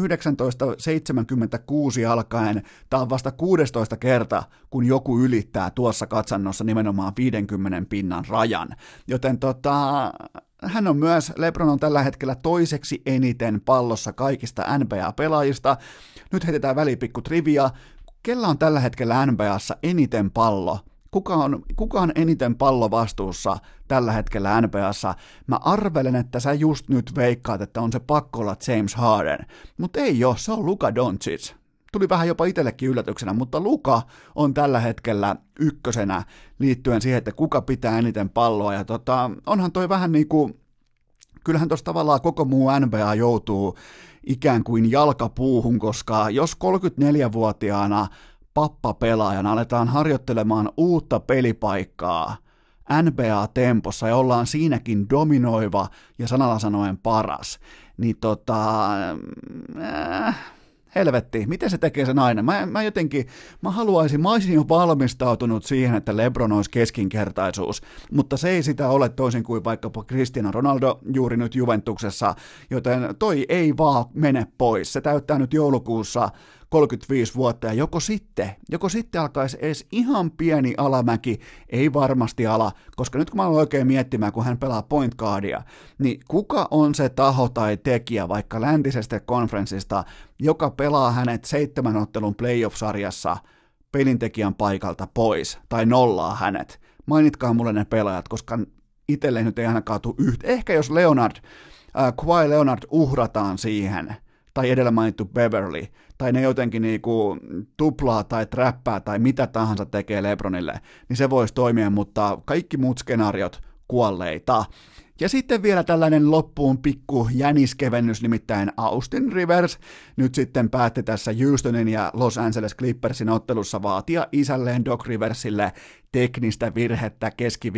1976 alkaen, tämä on vasta 16 kerta, kun joku ylittää tuossa katsannossa nimenomaan 50 pinnan rajan. Joten hän on myös, LeBron on tällä hetkellä toiseksi eniten pallossa kaikista NBA-pelaajista. Nyt heitetään väliin pikku trivia. Kellä on tällä hetkellä NBA:ssa eniten pallo? Kuka on eniten pallo vastuussa tällä hetkellä NBA:ssa? Mä arvelen, että sä just nyt veikkaat, että on se pakko olla James Harden. Mutta ei ole, se on Luka Doncic. Tuli vähän jopa itsellekin yllätyksenä, mutta Luka on tällä hetkellä ykkösenä liittyen siihen, että kuka pitää eniten palloa. Ja onhan toi vähän niin kuin, kyllähän tuossa tavallaan koko muu NBA joutuu ikään kuin jalkapuuhun, koska jos 34-vuotiaana pappapelaajana aletaan harjoittelemaan uutta pelipaikkaa NBA-tempossa ja ollaan siinäkin dominoiva ja sanalla sanoen paras, niin helvetti, miten se tekee se nainen? Mä olisin jo valmistautunut siihen, että LeBron olisi keskinkertaisuus, mutta se ei sitä ole toisin kuin vaikkapa Cristiano Ronaldo juuri nyt Juventuksessa, joten toi ei vaan mene pois. Se täyttää nyt joulukuussa 35 vuotta ja joko sitten alkaisi edes ihan pieni alamäki, ei varmasti ala, koska nyt kun mä aloin oikein miettimään, kun hän pelaa point guardia, niin kuka on se taho tai tekijä vaikka läntisestä konferenssista, joka pelaa hänet 7 ottelun playoff-sarjassa pelintekijän paikalta pois tai nollaa hänet. Mainitkaa mulle ne pelaajat, koska itselleen nyt ei ainakaan tule Ehkä jos Kawhi Leonard uhrataan siihen, tai edellä mainittu Beverly, tai ne jotenkin niinku tuplaa tai träppää tai mitä tahansa tekee LeBronille, niin se voisi toimia, mutta kaikki muut skenaariot kuolleita. Ja sitten vielä tällainen loppuun pikku jäniskevennys, nimittäin Austin Rivers nyt sitten päätti tässä Houstonin ja Los Angeles Clippersin ottelussa vaatia isälleen Doc Riversille teknistä virhettä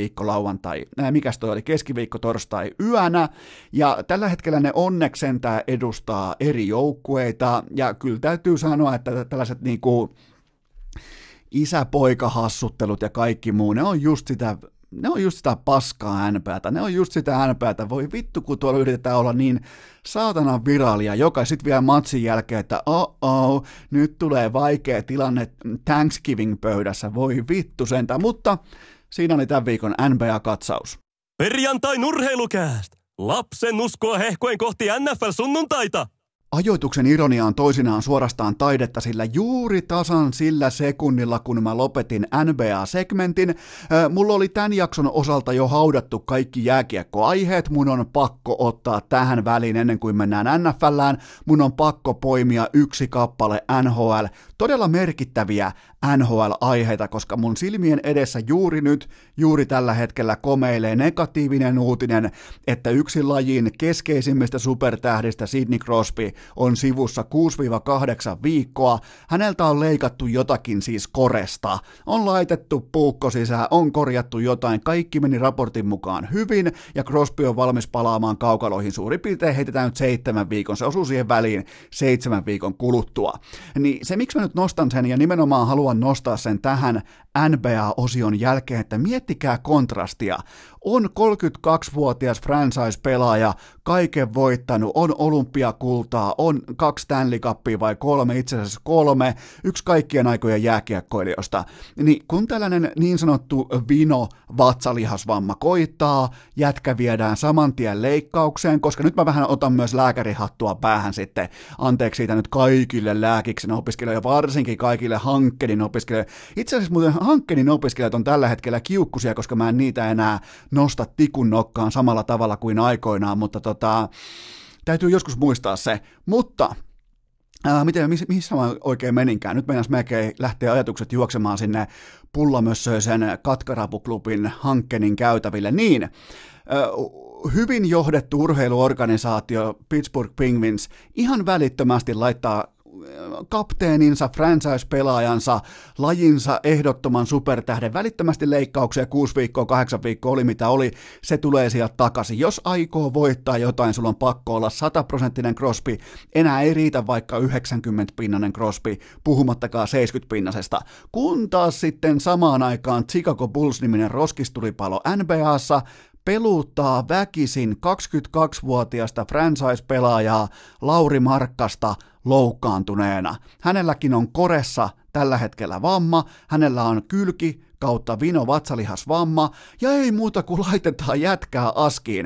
keskiviikko-torstai yönä, ja tällä hetkellä ne onneksi sentään edustaa eri joukkueita, ja kyllä täytyy sanoa, että tällaiset niinku isä-poika-hassuttelut ja kaikki muu, ne on just sitä paskaa NBA:tä, ne on just sitä NBA:tä, voi vittu kun tuolla yritetään olla niin saatanan viraalia, joka sitten vielä matsin jälkeen, että nyt tulee vaikea tilanne Thanksgiving-pöydässä, voi vittu sentään, mutta siinä oli tämän viikon NBA-katsaus. Perjantain urheilukääst! Lapsen uskoa hehkoen kohti NFL-sunnuntaita! Ajoituksen ironia on toisinaan suorastaan taidetta, sillä juuri tasan sillä sekunnilla, kun mä lopetin NBA-segmentin, mulla oli tämän jakson osalta jo haudattu kaikki jääkiekkoaiheet, mun on pakko ottaa tähän väliin ennen kuin mennään NFLään, mun on pakko poimia yksi kappale NHL, todella merkittäviä NHL-aiheita, koska mun silmien edessä juuri nyt, juuri tällä hetkellä komeilee negatiivinen uutinen, että yksi lajin keskeisimmistä supertähdistä Sidney Crosby on sivussa 6-8 viikkoa. Häneltä on leikattu jotakin siis koresta. On laitettu puukko sisään, on korjattu jotain. Kaikki meni raportin mukaan hyvin ja Crosby on valmis palaamaan kaukaloihin. Suurin piirtein heitetään nyt 7 viikon. Se osuu siihen väliin 7 viikon kuluttua. Niin se, miksi mä nyt nostan sen ja nimenomaan haluan nostaa sen tähän NBA-osion jälkeen, että miettikää kontrastia. On 32-vuotias franchise-pelaaja kaiken voittanut, on olympiakultaa, on 2 Stanley Cupia vai 3, itse asiassa 3, yksi kaikkien aikojen jääkiekkoilijoista. Niin kun tällainen niin sanottu vino-vatsalihasvamma koittaa, jätkä viedään saman tien leikkaukseen, koska nyt mä vähän otan myös lääkärihattua päähän sitten, anteeksi siitä nyt kaikille lääkiksen opiskelijoille, varsinkin kaikille Hankkenin opiskelijoille. Itse asiassa muuten Hankkenin opiskelijat on tällä hetkellä kiukkusia, koska mä en niitä enää nosta tikun nokkaan samalla tavalla kuin aikoinaan, mutta täytyy joskus muistaa se. Mutta missä mä oikein meninkään? Nyt meinas melkein lähtee ajatukset juoksemaan sinne Pullamössöisen Katkarapuklubin Hankkenin käytäville. Niin, hyvin johdettu urheiluorganisaatio Pittsburgh Penguins ihan välittömästi laittaa kapteeninsa, franchise-pelaajansa, lajinsa ehdottoman supertähden välittömästi leikkauksia 6 viikkoa, 8 viikkoa oli mitä oli, se tulee sieltä takaisin. Jos aikoo voittaa jotain, sulla on pakko olla 100% Crosby, enää ei riitä vaikka 90-pinnanen Crosby, puhumattakaan 70-pinnasesta. Kun taas sitten samaan aikaan Chicago Bulls-niminen roskistulipalo NBAssa peluuttaa väkisin 22-vuotiaasta franchise-pelaajaa Lauri Markkasta loukkaantuneena. Hänelläkin on koressa tällä hetkellä vamma, hänellä on kylki kautta vino-vatsalihasvamma, ja ei muuta kuin laitetaan jätkää askiin.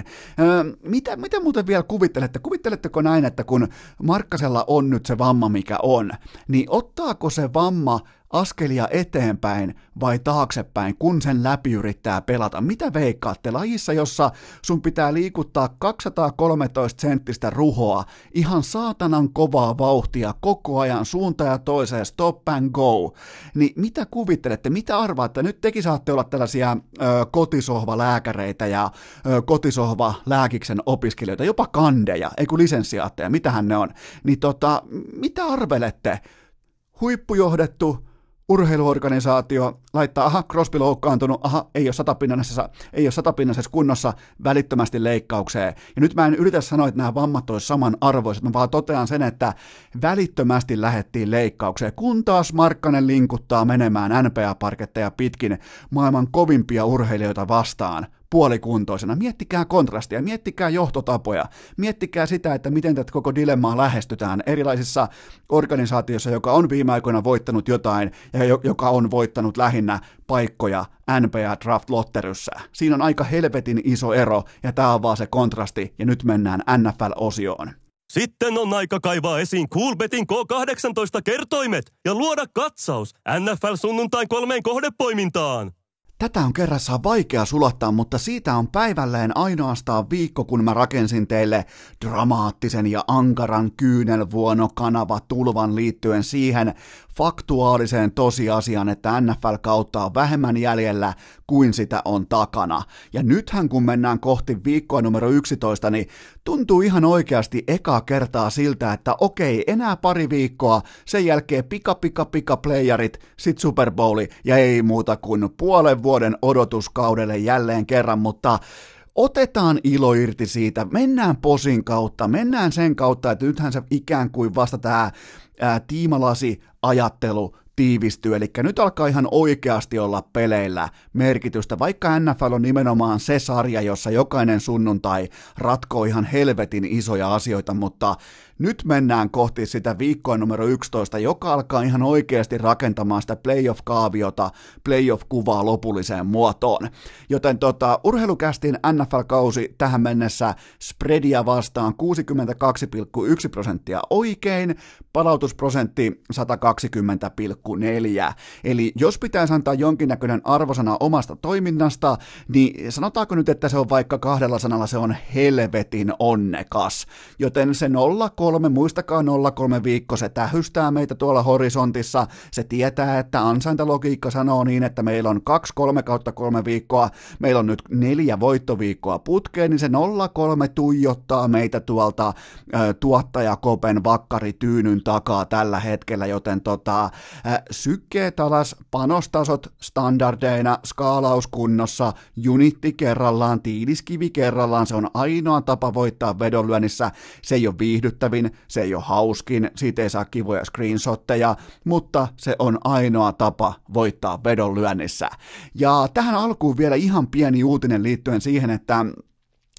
Mitä muuten vielä kuvittelette? Kuvitteletteko näin, että kun Markkasella on nyt se vamma, mikä on, niin ottaako se vamma askelia eteenpäin vai taaksepäin, kun sen läpi yrittää pelata? Mitä veikkaatte lajissa, jossa sun pitää liikuttaa 213 senttistä ruhoa, ihan saatanan kovaa vauhtia koko ajan suunta ja toiseen, stop and go, niin mitä kuvittelette, mitä arvaatte? Nyt tekin saatte olla tällaisia kotisohvalääkäreitä ja kotisohvalääkiksen opiskelijoita, jopa kandeja, ei kun lisenssiaatteja, mitähän ne on, niin mitä arvelette? Huippujohdettu urheiluorganisaatio laittaa, Crosby loukkaantunut, ei ole satapinnaisessa kunnossa, välittömästi leikkaukseen. Ja nyt mä en yritä sanoa, että nämä vammat olisi samanarvoiset, mä vaan totean sen, että välittömästi lähdettiin leikkaukseen, kun taas Markkanen linkuttaa menemään NBA-parketteja pitkin maailman kovimpia urheilijoita vastaan puolikuntoisena. Miettikää kontrastia, miettikää johtotapoja, miettikää sitä, että miten tätä koko dilemmaa lähestytään erilaisissa organisaatioissa, joka on viime aikoina voittanut jotain ja joka on voittanut lähinnä paikkoja NBA Draft Lotteryssä. Siinä on aika helvetin iso ero ja tämä on vaan se kontrasti ja nyt mennään NFL-osioon. Sitten on aika kaivaa esiin Coolbetin K18-kertoimet ja luoda katsaus NFL-sunnuntain 3 kohdepoimintaan. Tätä on kerrassaan vaikea sulattaa, mutta siitä on päivälleen ainoastaan viikko, kun mä rakensin teille dramaattisen ja ankaran kyynelvuono-kanavatulvan liittyen siihen faktuaaliseen tosiasiaan, että NFL-kautta on vähemmän jäljellä kuin sitä on takana. Ja nythän kun mennään kohti viikkoa numero 11, niin tuntuu ihan oikeasti ekaa kertaa siltä, että okei, enää pari viikkoa, sen jälkeen pika playerit, sit Super Bowli ja ei muuta kuin puolen vuoden odotuskaudelle jälleen kerran, mutta otetaan ilo irti siitä, mennään posin kautta, mennään sen kautta, että nythän se ikään kuin vasta tämä tiimalasi-ajattelu tiivistyy, eli nyt alkaa ihan oikeasti olla peleillä merkitystä, vaikka NFL on nimenomaan se sarja, jossa jokainen sunnuntai ratkoo ihan helvetin isoja asioita, mutta nyt mennään kohti sitä viikkoa numero 11, joka alkaa ihan oikeasti rakentamaan sitä playoff-kaaviota, playoff-kuvaa lopulliseen muotoon. Joten urheilukästin NFL-kausi tähän mennessä spreadia vastaan 62,1% oikein, palautusprosentti 120,4. Eli jos pitäisi antaa jonkinnäköinen arvosana omasta toiminnasta, niin sanotaanko nyt, että se on vaikka 2 sanalla, se on helvetin onnekas. Joten se 0-3, muistakaa 0-3 viikko, se tähystää meitä tuolla horisontissa, se tietää, että ansaintalogiikka sanoo niin, että meillä on 2-3/3 viikkoa, meillä on nyt 4 voittoviikkoa putkeen, niin se 0-3 tuijottaa meitä tuolta tuottajakopen vakkarityynyn takaa tällä hetkellä, joten sykkeet alas, panostasot standardeina, skaalauskunnossa, unitti kerrallaan, tiiliskivi kerrallaan, se on ainoa tapa voittaa vedonlyönnissä, se ei ole viihdyttävin, se ei ole hauskin, siitä ei saa kivoja screenshotteja, mutta se on ainoa tapa voittaa vedonlyönnissä. Ja tähän alkuun vielä ihan pieni uutinen liittyen siihen, että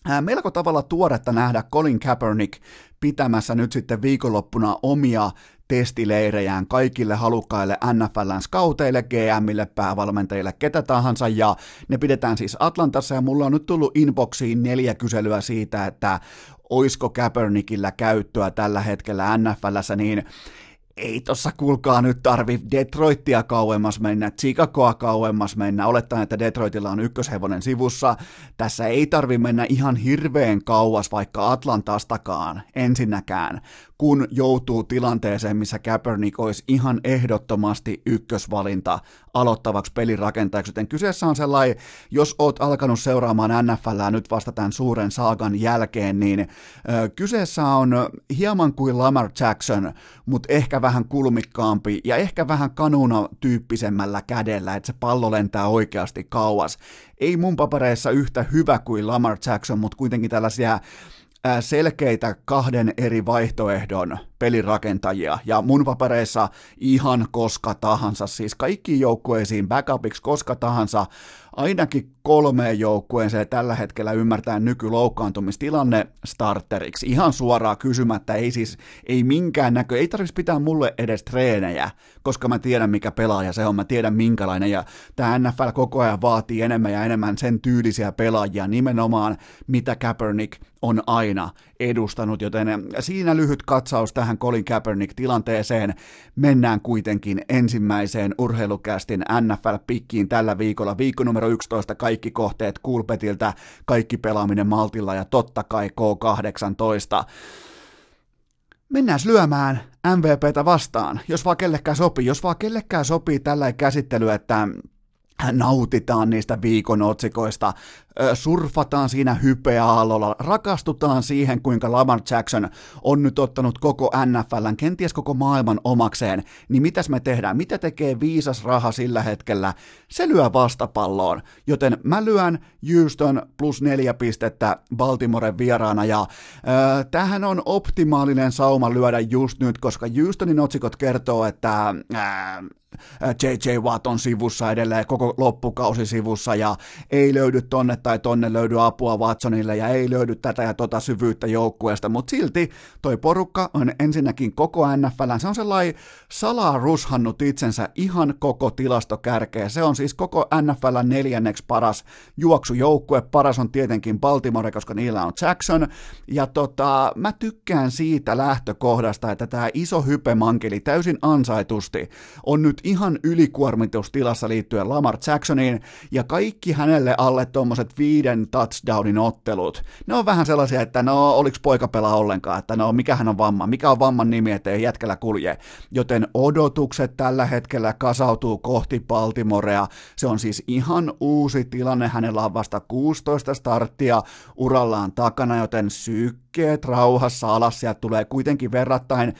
melko tavalla tuoretta nähdä Colin Kaepernick pitämässä nyt sitten viikonloppuna omia testileirejään kaikille halukkaille NFL:n scouteille, GMille, päävalmentajille, ketä tahansa, ja ne pidetään siis Atlantassa, ja mulla on nyt tullut inboxiin 4 kyselyä siitä, että oisko Kaepernickillä käyttöä tällä hetkellä NFL:ssä, niin ei tossa kuulkaa nyt tarvi Detroitia kauemmas mennä, Chicagoa kauemmas mennä, olettaen, että Detroitilla on ykköshevonen sivussa. Tässä ei tarvi mennä ihan hirveän kauas vaikka Atlantastakaan ensinnäkään, kun joutuu tilanteeseen, missä Kaepernick olisi ihan ehdottomasti ykkösvalinta aloittavaksi pelirakentajaksi. Joten kyseessä on sellainen, jos oot alkanut seuraamaan NFLää nyt vasta tämän suuren saagan jälkeen, niin kyseessä on hieman kuin Lamar Jackson, mutta ehkä vähän kulmikkaampi ja ehkä vähän kanuna-tyyppisemmällä kädellä, että se pallo lentää oikeasti kauas. Ei mun papereissa yhtä hyvä kuin Lamar Jackson, mutta kuitenkin tällaisia selkeitä 2 eri vaihtoehdon pelirakentajia, ja mun papereissa ihan koska tahansa, siis kaikkiin joukkueisiin backupiksi koska tahansa, ainakin 3 joukkueeseen tällä hetkellä ymmärtää nykyloukkaantumistilanne starteriksi, ihan suoraan kysymättä, ei minkään ei tarvitsisi pitää mulle edes treenejä, koska mä tiedän mikä pelaaja se on, mä tiedän minkälainen, ja tää NFL koko ajan vaatii enemmän ja enemmän sen tyylisiä pelaajia, nimenomaan mitä Kaepernick on aina edustanut, joten siinä lyhyt katsaus tähän Colin Kaepernick-tilanteeseen. Mennään kuitenkin ensimmäiseen urheilukästin NFL-pikkiin tällä viikolla. Viikko numero 11, kaikki kohteet Coolbetiltä, kaikki pelaaminen Maltilla ja totta kai K18. Mennään lyömään MVPtä vastaan, jos vaan kellekään sopii tällä käsittely, että nautitaan niistä viikon otsikoista, surfataan siinä hypeaallolla, rakastutaan siihen, kuinka Lamar Jackson on nyt ottanut koko NFL:n, kenties koko maailman omakseen, niin mitäs me tehdään? Mitä tekee viisas raha sillä hetkellä? Se lyö vastapalloon, joten mä lyön Houston plus 4 pistettä Baltimoren vieraana, ja tämähän on optimaalinen sauma lyödä just nyt, koska Houstonin otsikot kertoo, että J.J. Watt on sivussa edelleen, koko loppukausi sivussa, ja ei löydy tonne tai tonne löydy apua Watsonille, ja ei löydy tätä ja tota syvyyttä joukkueesta, mutta silti toi porukka on ensinnäkin koko NFL, se on sellainen salaa rushannut itsensä ihan koko tilastokärkeä, se on siis koko NFL 4. paras juoksujoukkue, paras on tietenkin Baltimore, koska niillä on Jackson, ja mä tykkään siitä lähtökohdasta, että tämä iso hypemankeli täysin ansaitusti on nyt ihan ylikuormitustilassa liittyen Lamar Jacksoniin, ja kaikki hänelle alle tuommoiset 5 touchdownin ottelut, ne on vähän sellaisia, että no oliks poika pelaa ollenkaan, että no mikähän on vamma, mikä on vamman nimi, ettei jätkällä kulje, joten odotukset tällä hetkellä kasautuu kohti Baltimorea, se on siis ihan uusi tilanne, hänellä on vasta 16 starttia urallaan takana, joten sykkeet rauhassa alas, sieltä tulee kuitenkin verrattain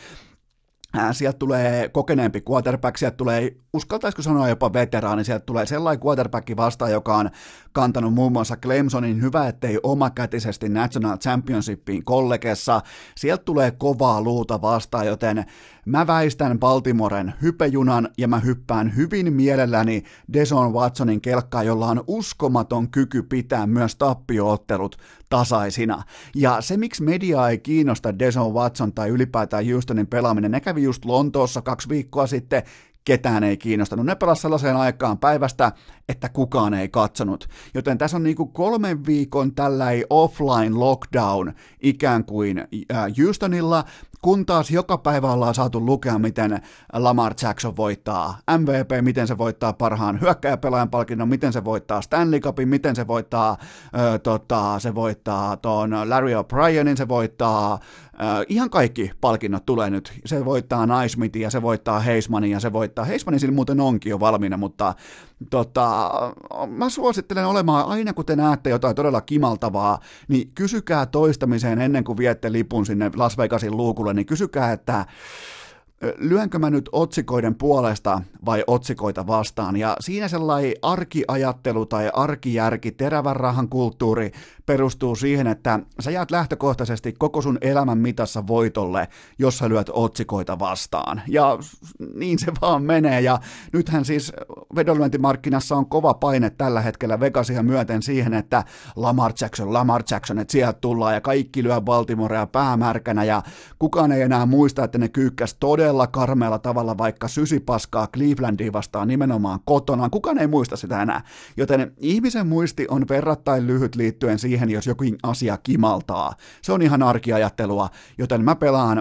sieltä tulee kokeneempi quarterback, sieltä tulee, uskaltaisiko sanoa jopa veteraani, sieltä tulee sellainen quarterback vastaan, joka on kantanut muun muassa Clemsonin, hyvä ettei omakätisesti National Championshipiin kollegessa, sieltä tulee kovaa luuta vastaan, joten mä väistän Baltimoren hypejunan ja mä hyppään hyvin mielelläni Deshaun Watsonin kelkkaan, jolla on uskomaton kyky pitää myös tappio-ottelut tasaisina. Ja se, miksi media ei kiinnosta Deshaun Watson tai ylipäätään Houstonin pelaaminen, ne kävi just Lontoossa 2 viikkoa sitten, ketään ei kiinnostanut. Ne pelasivat sellaiseen aikaan päivästä, että kukaan ei katsonut. Joten tässä on niinku 3 viikon tällainen offline lockdown ikään kuin Houstonilla, kun taas joka päivä ollaan saatu lukea, miten Lamar Jackson voittaa MVP, miten se voittaa parhaan hyökkääjäpelaajan palkinnon, miten se voittaa Stanley Cupin, miten se voittaa, se voittaa ton Larry O'Brienin, se voittaa, ihan kaikki palkinnot tulee nyt. Se voittaa Naismithin ja se voittaa Heismanin ja se voittaa, Heismanin sillä muuten onkin jo valmiina, mutta mä suosittelen olemaan aina, kun te näette jotain todella kimaltavaa, niin kysykää toistamiseen ennen kuin viette lipun sinne Las Vegasin luukulle, niin kysykää, että lyönkö mä nyt otsikoiden puolesta vai otsikoita vastaan, ja siinä sellainen arkiajattelu tai arkijärki, terävän rahan kulttuuri perustuu siihen, että sä jäät lähtökohtaisesti koko sun elämän mitassa voitolle, jos sä lyöt otsikoita vastaan, ja niin se vaan menee, ja nythän siis vedonlyöntimarkkinassa on kova paine tällä hetkellä Vegasia myöten siihen, että Lamar Jackson, että sieltä tullaan, ja kaikki lyö Baltimorea päämärkänä, ja kukaan ei enää muista, että ne kyykkäs todella karmealla tavalla vaikka sysipaskaa Clevelandia vastaan nimenomaan kotonaan. Kukaan ei muista sitä enää. Joten ihmisen muisti on verrattain lyhyt liittyen siihen, jos jokin asia kimaltaa. Se on ihan arkiajattelua, joten mä pelaan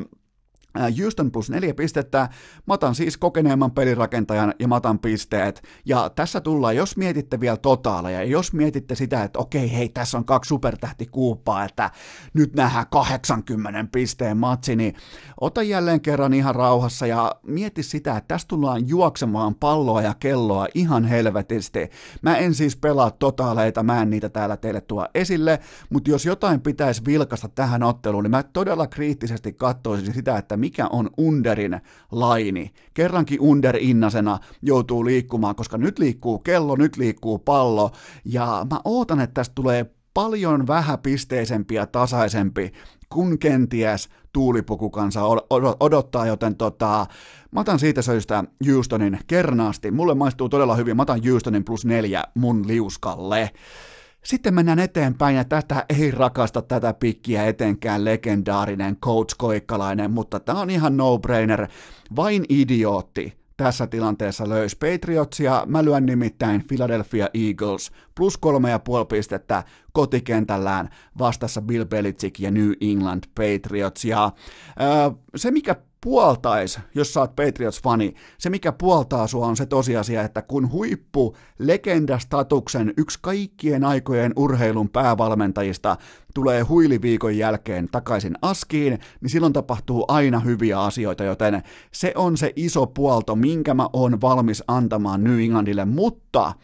Houston plus 4 pistettä, mä otan siis kokeneemman pelirakentajan ja mä otan pisteet, ja tässä tullaan, jos mietitte vielä totaaleja, ja jos mietitte sitä, että okei, hei, tässä on 2 supertähtikuuppaa, että nyt nähdään 80 pisteen matsi, niin ota jälleen kerran ihan rauhassa, ja mieti sitä, että tässä tullaan juoksemaan palloa ja kelloa ihan helvetisti. Mä en siis pelaa totaaleita, mä en niitä täällä teille tuo esille, mutta jos jotain pitäisi vilkasta tähän otteluun, niin mä todella kriittisesti katsoisin sitä, että mikä on underin laini. Kerrankin under-innasena joutuu liikkumaan, koska nyt liikkuu kello, nyt liikkuu pallo, ja mä ootan, että tästä tulee paljon vähäpisteisempi ja tasaisempi, kun kenties tuulipukukansa odottaa, joten mä otan siitä syystä Houstonin kernaasti. Mulle maistuu todella hyvin, mä otan Houstonin plus 4 mun liuskalle. Sitten mennään eteenpäin, ja tätä ei rakasta tätä pikkiä etenkään legendaarinen Coach Koikkalainen, mutta tämä on ihan no-brainer. Vain idiootti tässä tilanteessa löysi Patriotsia. Mä lyön nimittäin Philadelphia Eagles plus 3,5 pistettä kotikentällään vastassa Bill Belichick ja New England Patriots. Ja se, mikä puoltaisi, jos sä oot Patriots-fani, se mikä puoltaa sua on se tosiasia, että kun huippu legendastatuksen yksi kaikkien aikojen urheilun päävalmentajista tulee huiliviikon jälkeen takaisin askiin, niin silloin tapahtuu aina hyviä asioita, joten se on se iso puolto, minkä mä oon valmis antamaan New Englandille, mutta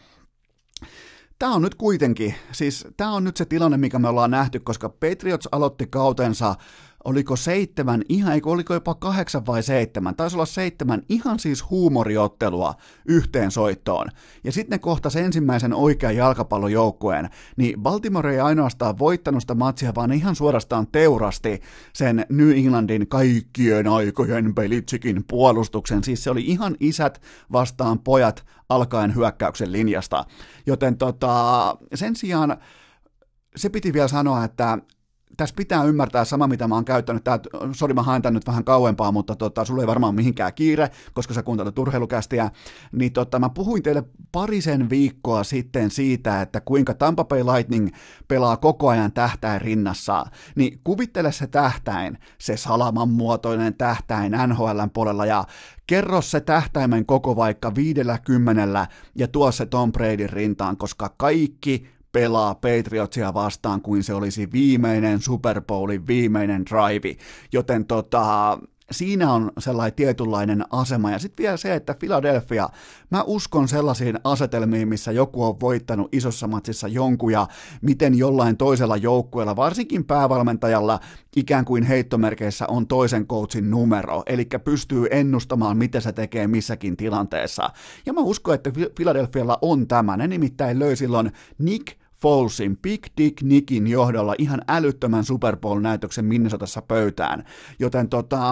tämä on nyt kuitenkin, siis tämä on nyt se tilanne, mikä me ollaan nähty, koska Patriots aloitti kautensa, oliko 7, oliko jopa 8 vai 7, taisi olla 7 ihan siis huumoriottelua yhteen soittoon. Ja sitten ne kohtasi ensimmäisen oikean jalkapallojoukkueen, niin Baltimore ei ainoastaan voittanut sitä matsia, vaan ihan suorastaan teurasti sen New Englandin kaikkien aikojen Belichickin puolustuksen. Siis se oli ihan isät vastaan pojat alkaen hyökkäyksen linjasta. Joten sen sijaan se piti vielä sanoa, että tässä pitää ymmärtää sama, mitä mä oon käyttänyt. Sori, mä haen tän nyt vähän kauempaa, mutta sulla ei varmaan mihinkään kiire, koska sä kuuntelet urheilukästiä. Niin mä puhuin teille parisen viikkoa sitten siitä, että kuinka Tampa Bay Lightning pelaa koko ajan tähtäin rinnassa. Niin kuvittele se tähtäin, se salaman muotoinen tähtäin NHL:n puolella, ja kerro se tähtäimen koko vaikka 50 ja tuo se Tom Bradyn rintaan, koska kaikki pelaa Patriotsia vastaan kuin se olisi viimeinen Super Bowlin viimeinen drive, joten siinä on sellainen tietynlainen asema, ja sitten vielä se, että Philadelphia, mä uskon sellaisiin asetelmiin, missä joku on voittanut isossa matsissa jonkun, ja miten jollain toisella joukkueella, varsinkin päävalmentajalla, ikään kuin heittomerkeissä on toisen coachin numero, eli pystyy ennustamaan, mitä se tekee missäkin tilanteessa. Ja mä uskon, että Philadelphialla on tämä, ne nimittäin löi silloin Nick Folesin, Big Dick Nickin johdolla ihan älyttömän Super Bowl-näytöksen Minnesotassa pöytään, joten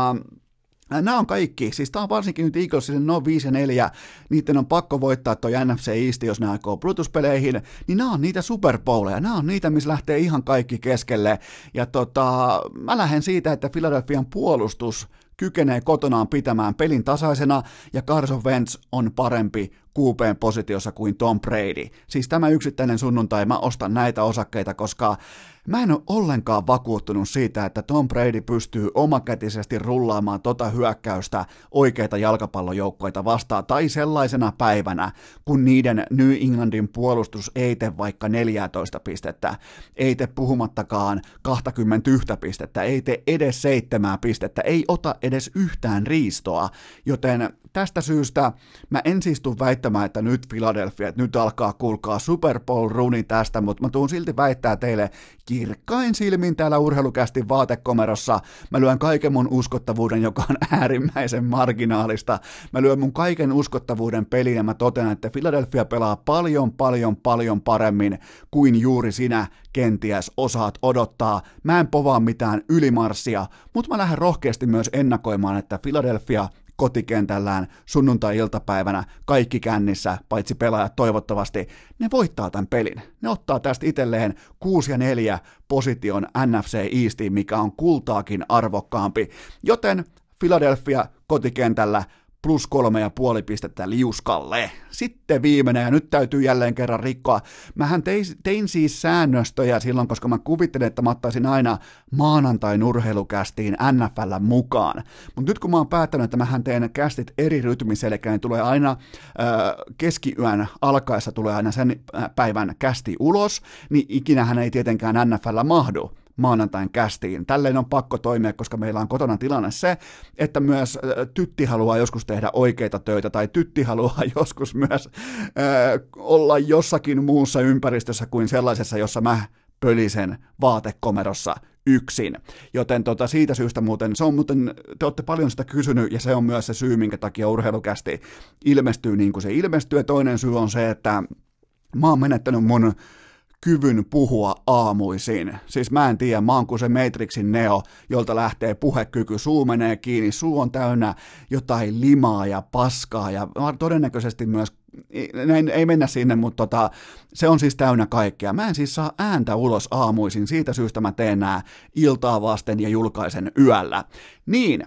nämä on kaikki, siis tämä on varsinkin nyt Eaglesille, ne on 5-4, niiden on pakko voittaa toi NFC East, jos ne aikoo Brutus-peleihin, niin nämä on niitä Super Bowleja, nämä on niitä, missä lähtee ihan kaikki keskelle, ja mä lähden siitä, että Philadelphian puolustus kykenee kotonaan pitämään pelin tasaisena, ja Carson Wentz on parempi QB:n positiossa kuin Tom Brady. Siis tämä yksittäinen sunnuntai, mä ostan näitä osakkeita, koska mä en ole ollenkaan vakuuttunut siitä, että Tom Brady pystyy omakätisesti rullaamaan hyökkäystä oikeita jalkapallojoukkoita vastaan, tai sellaisena päivänä, kun niiden New Englandin puolustus ei tee vaikka 14 pistettä, ei tee puhumattakaan 21 pistettä, ei tee edes 7 pistettä, ei ota edes yhtään riistoa, joten tästä syystä mä en siis tule väittämään, että nyt Philadelphia, että nyt alkaa kuulkaa Super Bowl-runi tästä, mutta mä tuun silti väittää teille kirkkain silmin täällä Urheilukästin vaatekomerossa. Mä lyön kaiken mun uskottavuuden, joka on äärimmäisen marginaalista. Mä lyön mun kaiken uskottavuuden peliin ja mä totean, että Philadelphia pelaa paljon paremmin kuin juuri sinä kenties osaat odottaa. Mä en povaa mitään ylimarssia, mutta mä lähden rohkeasti myös ennakoimaan, että Philadelphia kotikentällään sunnuntai-iltapäivänä kaikki kännissä, paitsi pelaajat toivottavasti, ne voittaa tämän pelin. Ne ottaa tästä itselleen 6-4 position NFC Eastiin, mikä on kultaakin arvokkaampi, joten Philadelphia kotikentällä plus 3,5 pistettä liuskalle. Sitten viimeinen, ja nyt täytyy jälleen kerran rikkoa. Mähän tein siis säännöstöjä silloin, koska mä kuvittelin, että mä ottaisin aina maanantain urheilukästiin NFL mukaan. Mutta nyt kun mä oon päättänyt, että mähän teen kästit eri rytmissä, eli ne tulee aina keskiyön alkaessa tulee aina sen päivän kästi ulos, niin ikinähän ei tietenkään NFL mahdu maanantain kästiin. Tälleen on pakko toimia, koska meillä on kotona tilanne se, että myös tytti haluaa joskus tehdä oikeita töitä, tai tytti haluaa joskus myös olla jossakin muussa ympäristössä kuin sellaisessa, jossa mä pölisen vaatekomerossa yksin. Joten siitä syystä muuten, te olette paljon sitä kysynyt, ja se on myös se syy, minkä takia urheilukästi ilmestyy niin kuin se ilmestyy, ja toinen syy on se, että mä oon menettänyt mun kyvyn puhua aamuisin. Siis mä en tiedä, mä oon kuin se Matrixin Neo, jolta lähtee puhekyky, suu menee kiinni, suu on täynnä jotain limaa ja paskaa ja todennäköisesti myös, ei mennä sinne, mutta se on siis täynnä kaikkea. Mä en siis saa ääntä ulos aamuisin, siitä syystä mä teen nää iltaa vasten ja julkaisen yöllä. Niin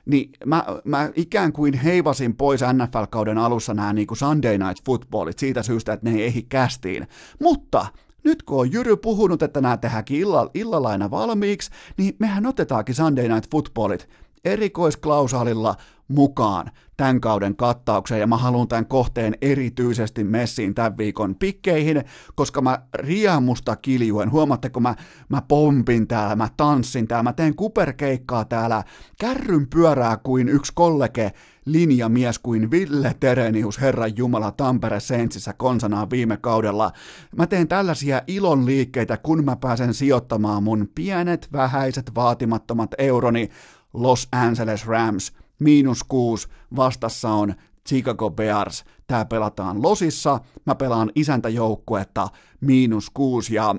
mä ikään kuin heivasin pois NFL-kauden alussa nämä niin kuin Sunday Night Footballit siitä syystä, että ne ei ehdi kästiin. Mutta nyt kun on Jyry puhunut, että nämä tehdäänkin illalla aina valmiiksi, niin mehän otetaankin Sunday Night Footballit erikoisklausaalilla mukaan tämän kauden kattaukseen, ja mä haluan tämän kohteen erityisesti messiin tämän viikon pikkeihin, koska mä riemusta kiljuen, huomaatteko, mä pompin täällä, mä tanssin täällä, mä teen kuperkeikkaa täällä, kärryn pyörää kuin yksi kollege, linjamies kuin Ville Terenius, Herran Jumala, Tampere Saintsissä konsanaan viime kaudella. Mä teen tällaisia ilon liikkeitä, kun mä pääsen sijoittamaan mun pienet, vähäiset, vaatimattomat euroni Los Angeles Rams, -6, vastassa on Chicago Bears, tää pelataan Losissa, mä pelaan isäntäjoukkuetta -6, ja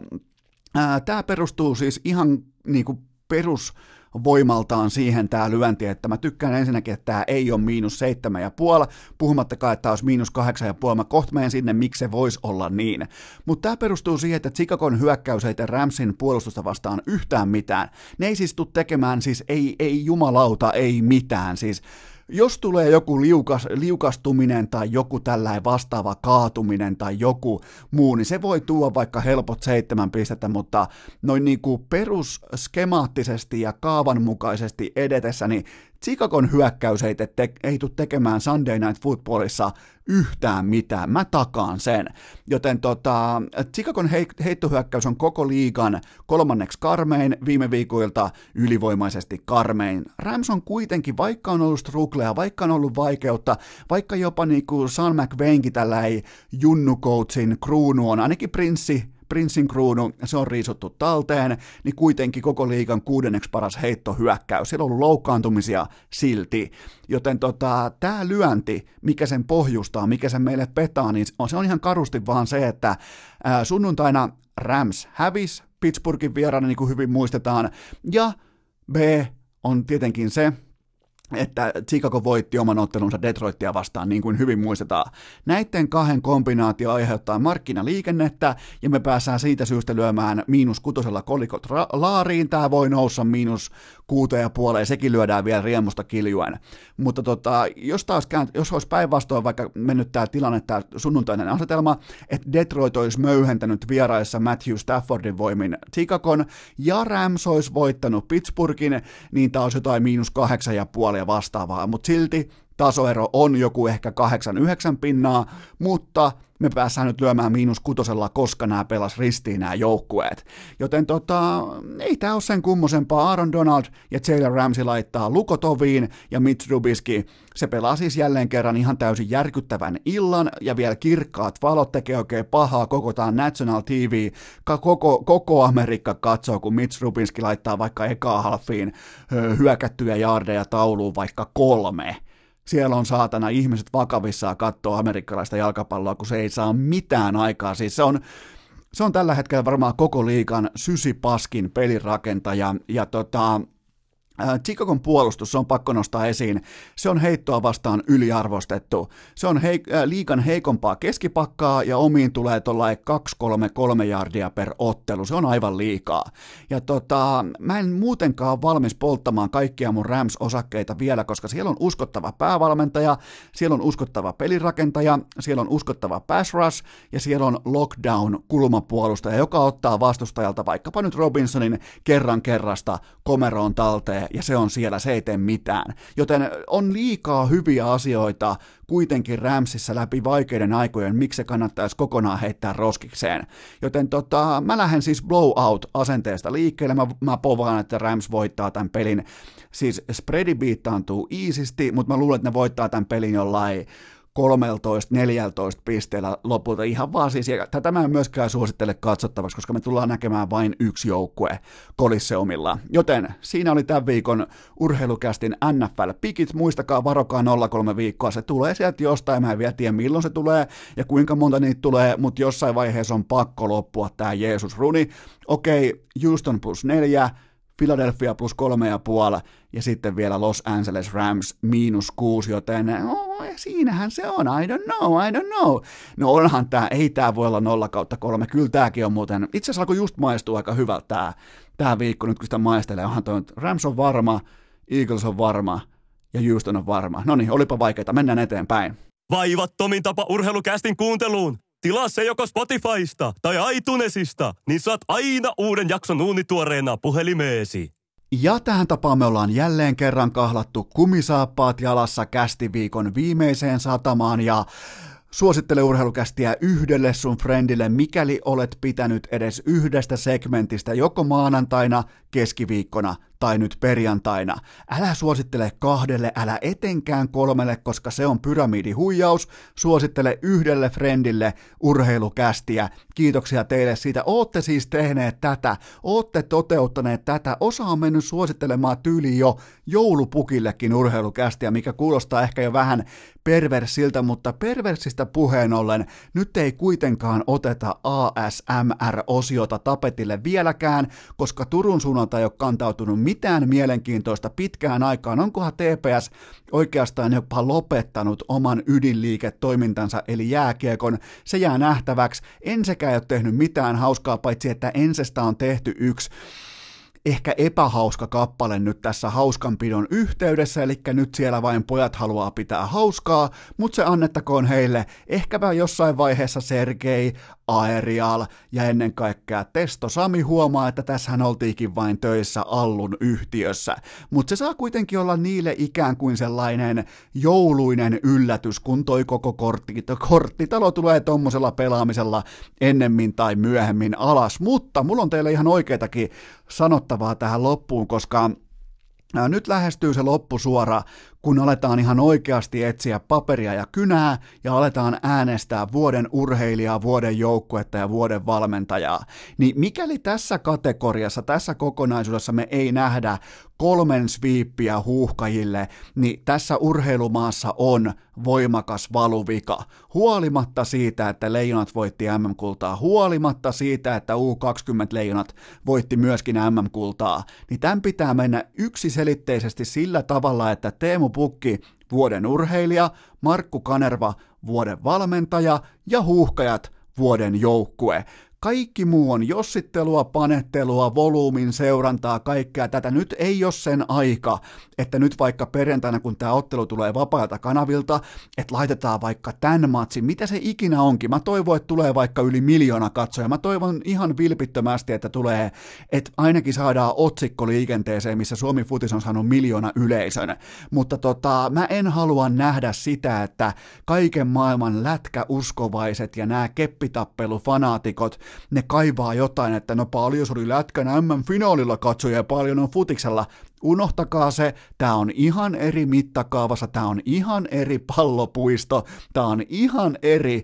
tää perustuu siis ihan niinku perusvoimaltaan siihen tää lyönti, että mä tykkään ensinnäkin, että tää ei ole -7,5, puhumattakaan, että tää olisi -8,5, mä kohta menen sinne, miksi se voisi olla niin. Mutta tää perustuu siihen, että Chicagon hyökkäys ei tee Ramsin puolustusta vastaan yhtään mitään. Ne ei siis tule tekemään, siis ei jumalauta, ei mitään, siis jos tulee joku liukastuminen tai joku tällainen vastaava kaatuminen tai joku muu, niin se voi tuoda vaikka helpot 7 pistettä, mutta noin niin kuin perusskemaattisesti ja kaavanmukaisesti edetessä, niin Chicagon hyökkäys ei tule tekemään Sunday Night Footballissa yhtään mitään, mä takaan sen. Joten Chicagon heittohyökkäys on koko liigan 3. karmein, viime viikoilta ylivoimaisesti karmein. Rams on kuitenkin, vaikka on ollut struggleja, vaikka on ollut vaikeutta, vaikka jopa niin kuin Sean McVaynkin tällainen junnucoachin kruunu on, ainakin Prinssin kruunu, se on riisuttu talteen, niin kuitenkin koko liigan 6. paras heittohyökkäys. Siellä on ollut loukkaantumisia silti. Joten tämä lyönti, mikä sen pohjustaa, mikä sen meille petaa, niin se on ihan karusti vaan se, että sunnuntaina Rams hävisi Pittsburghin vieraana, niin kuin hyvin muistetaan, ja B on tietenkin se, että Chicago voitti oman ottelunsa Detroitia vastaan, niin kuin hyvin muistetaan. Näiden kahden kombinaatio aiheuttaa markkinaliikennettä, ja me päästään siitä syystä lyömään -6 kolikot laariin. Tämä voi noussa -6,5, sekin lyödään vielä riemusta kiljuen. Mutta jos olisi päinvastoin vaikka mennyt tämä tilanne, tämä sunnuntainen asetelma, että Detroit olisi möyhentänyt vieraissa Matthew Staffordin voimin Chicagon, ja Rams olisi voittanut Pittsburghin, niin tämä olisi jotain -8,5 ja vastaavaa, mutta silti tasoero on joku ehkä 8-9 pinnaa, mutta me päässään nyt lyömään -6, koska nämä pelas ristiin nämä joukkueet. Joten ei tämä ole sen kummosempaa. Aaron Donald ja Jalen Ramsey laittaa lukot oviin, ja Mitch Trubisky, se pelaa siis jälleen kerran ihan täysin järkyttävän illan, ja vielä kirkkaat valot tekee oikein pahaa, koko tämä National TV, koko Amerikka katsoo, kun Mitch Trubisky laittaa vaikka ekaa halfiin hyökättyjä jaardeja tauluun vaikka 3. Siellä on saatana ihmiset vakavissaan katsoo amerikkalaista jalkapalloa, kun se ei saa mitään aikaa. Siis se on tällä hetkellä varmaan koko liigan sysipaskin pelirakentaja, ja Chicagon puolustus, se on pakko nostaa esiin, se on heittoa vastaan yliarvostettu, se on liigan heikompaa keskipakkaa ja omiin tulee tuollain 2-3 yardia per ottelu, se on aivan liikaa. Ja mä en muutenkaan ole valmis polttamaan kaikkia mun Rams-osakkeita vielä, koska siellä on uskottava päävalmentaja, siellä on uskottava pelirakentaja, siellä on uskottava pass rush ja siellä on lockdown kulmapuolustaja, joka ottaa vastustajalta vaikkapa nyt Robinsonin kerrasta komeroon talteen, ja se on siellä, se ei tee mitään. Joten on liikaa hyviä asioita kuitenkin Ramsissa läpi vaikeiden aikojen, miksi se kannattaisi kokonaan heittää roskikseen. Joten mä lähden siis blowout-asenteesta liikkeelle, mä povaan, että Rams voittaa tämän pelin. Siis spreadi biittaantuu iisisti, mutta mä luulen, että ne voittaa tämän pelin jollain 13-14 pisteellä lopulta ihan vaan siis, ja tätä mä en myöskään suosittele katsottavaksi, koska me tullaan näkemään vain yksi joukkue Coliseumilla. Joten siinä oli tämän viikon urheilukästin NFL-pikit, muistakaa varokaa 0-3 viikkoa, se tulee sieltä jostain, mä en vielä tiedä milloin se tulee ja kuinka monta niitä tulee, mutta jossain vaiheessa on pakko loppua tää Jeesus-runi. Okei, Houston +4, Philadelphia +3,5 ja sitten vielä Los Angeles Rams -6, joten siinähän se on, I don't know. No onhan tää, ei tää voi olla 0/3, kyllä tääkin on muuten, itse asiassa alkoi just maistua aika hyvältä tää viikko, nyt kun sitä maistelee, onhan toi, Rams on varma, Eagles on varma ja Houston on varma. Noniin, olipa vaikeita, mennään eteenpäin. Vaivattomin tapa urheilukästin kuunteluun. Tilaa se joko Spotifysta tai iTunesista, niin saat aina uuden jakson uunituoreena puhelimeesi. Ja tähän tapaan me ollaan jälleen kerran kahlattu kumisaappaat jalassa kästiviikon viimeiseen satamaan ja suosittele urheilukästiä yhdelle sun friendille, mikäli olet pitänyt edes yhdestä segmentistä joko maanantaina, keskiviikkona tai nyt perjantaina. Älä suosittele 2, älä etenkään 3, koska se on pyramidihuijaus. Suosittele yhdelle friendille urheilukästiä. Kiitoksia teille siitä. Ootte siis tehneet tätä, ootte toteuttaneet tätä. Osa on mennyt suosittelemaan tyyliin jo joulupukillekin urheilukästiä, mikä kuulostaa ehkä jo vähän perversiltä, mutta perversistä puheen ollen nyt ei kuitenkaan oteta ASMR-osiota tapetille vieläkään, koska Turun suunnalta ei ole kantautunut mitään mielenkiintoista pitkään aikaan. Onkohan TPS oikeastaan jopa lopettanut oman ydinliiketoimintansa eli jääkiekon? Se jää nähtäväksi. Ensekä ei ole tehnyt mitään hauskaa, paitsi että Ensestä on tehty yksi ehkä epähauska kappale nyt tässä hauskanpidon yhteydessä, eli nyt siellä vain pojat haluaa pitää hauskaa, mutta se annettakoon heille ehkäpä jossain vaiheessa Sergei, Aerial ja ennen kaikkea Testo Sami huomaa, että tässähän oltiinkin vain töissä Allun yhtiössä, mutta se saa kuitenkin olla niille ikään kuin sellainen jouluinen yllätys, kun toi koko korttitalo tulee tommosella pelaamisella ennemmin tai myöhemmin alas, mutta mulla on teille ihan oikeitakin sanottavaa tähän loppuun, koska nyt lähestyy se loppusuora, kun aletaan ihan oikeasti etsiä paperia ja kynää ja aletaan äänestää vuoden urheilijaa, vuoden joukkuetta ja vuoden valmentajaa. Niin mikäli tässä kategoriassa, tässä kokonaisuudessa me ei nähdä 3 sweepiä huuhkajille, niin tässä urheilumaassa on voimakas valuvika. Huolimatta siitä, että Leijonat voitti MM-kultaa, huolimatta siitä, että U20-Leijonat voitti myöskin MM-kultaa, niin tämän pitää mennä yksiselitteisesti sillä tavalla, että Teemu Pukki, vuoden urheilija, Markku Kanerva, vuoden valmentaja ja huuhkajat, vuoden joukkue. Kaikki muu on jossittelua, panettelua, volyymin seurantaa, kaikkea tätä. Nyt ei ole sen aika, että nyt vaikka perjantaina, kun tämä ottelu tulee vapailta kanavilta, että laitetaan vaikka tämän matsin, mitä se ikinä onkin. Mä toivon, että tulee vaikka yli 1 miljoona katsoja. Mä toivon ihan vilpittömästi, että tulee, että ainakin saadaan otsikko liikenteeseen, missä Suomi Futis on saanut 1 miljoona yleisön. Mutta mä en halua nähdä sitä, että kaiken maailman lätkäuskovaiset ja nämä keppitappelufanaatikot, ne kaivaa jotain, että no paljon oli lätkän M-finaalilla katsoja ja paljon on futiksella. Unohtakaa se, tämä on ihan eri mittakaavassa, tämä on ihan eri pallopuisto, tämä on ihan eri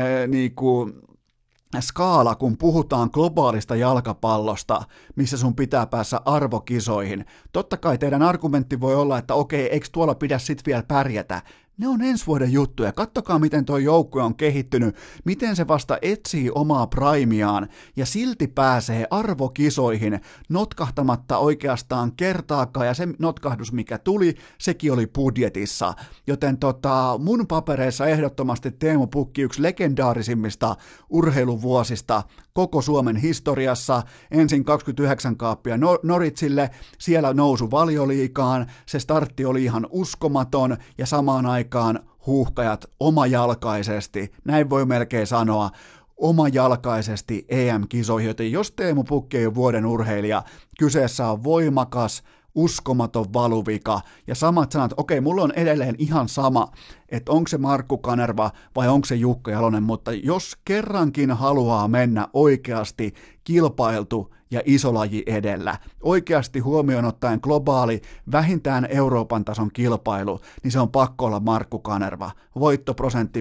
skaala, kun puhutaan globaalista jalkapallosta, missä sun pitää päässä arvokisoihin. Totta kai teidän argumentti voi olla, että okei, eikö tuolla pidä sit vielä pärjätä? Ne on ensi vuoden juttuja. Kattokaa, miten tuo joukkue on kehittynyt, miten se vasta etsii omaa primiaan ja silti pääsee arvokisoihin notkahtamatta oikeastaan kertaakaan, ja se notkahdus, mikä tuli, sekin oli budjetissa. Joten mun papereissa ehdottomasti Teemu Pukki yksi legendaarisimmista urheiluvuosista koko Suomen historiassa. Ensin 29 kaappia Noritsille, siellä nousu Valioliigaan, se startti oli ihan uskomaton ja samaan aikaan Huuhkajat omajalkaisesti, näin voi melkein sanoa, omajalkaisesti EM-kisoihin, joten jos Teemu Pukki ei ole vuoden urheilija, kyseessä on voimakas, uskomaton valuvika, ja samat sanat, okei, mulla on edelleen ihan sama, että onko se Markku Kanerva vai onko se Jukka Jalonen, mutta jos kerrankin haluaa mennä oikeasti kilpailtu ja isolaji edellä, oikeasti huomioon ottaen globaali, vähintään Euroopan tason kilpailu, niin se on pakko olla Markku Kanerva. Voittoprosentti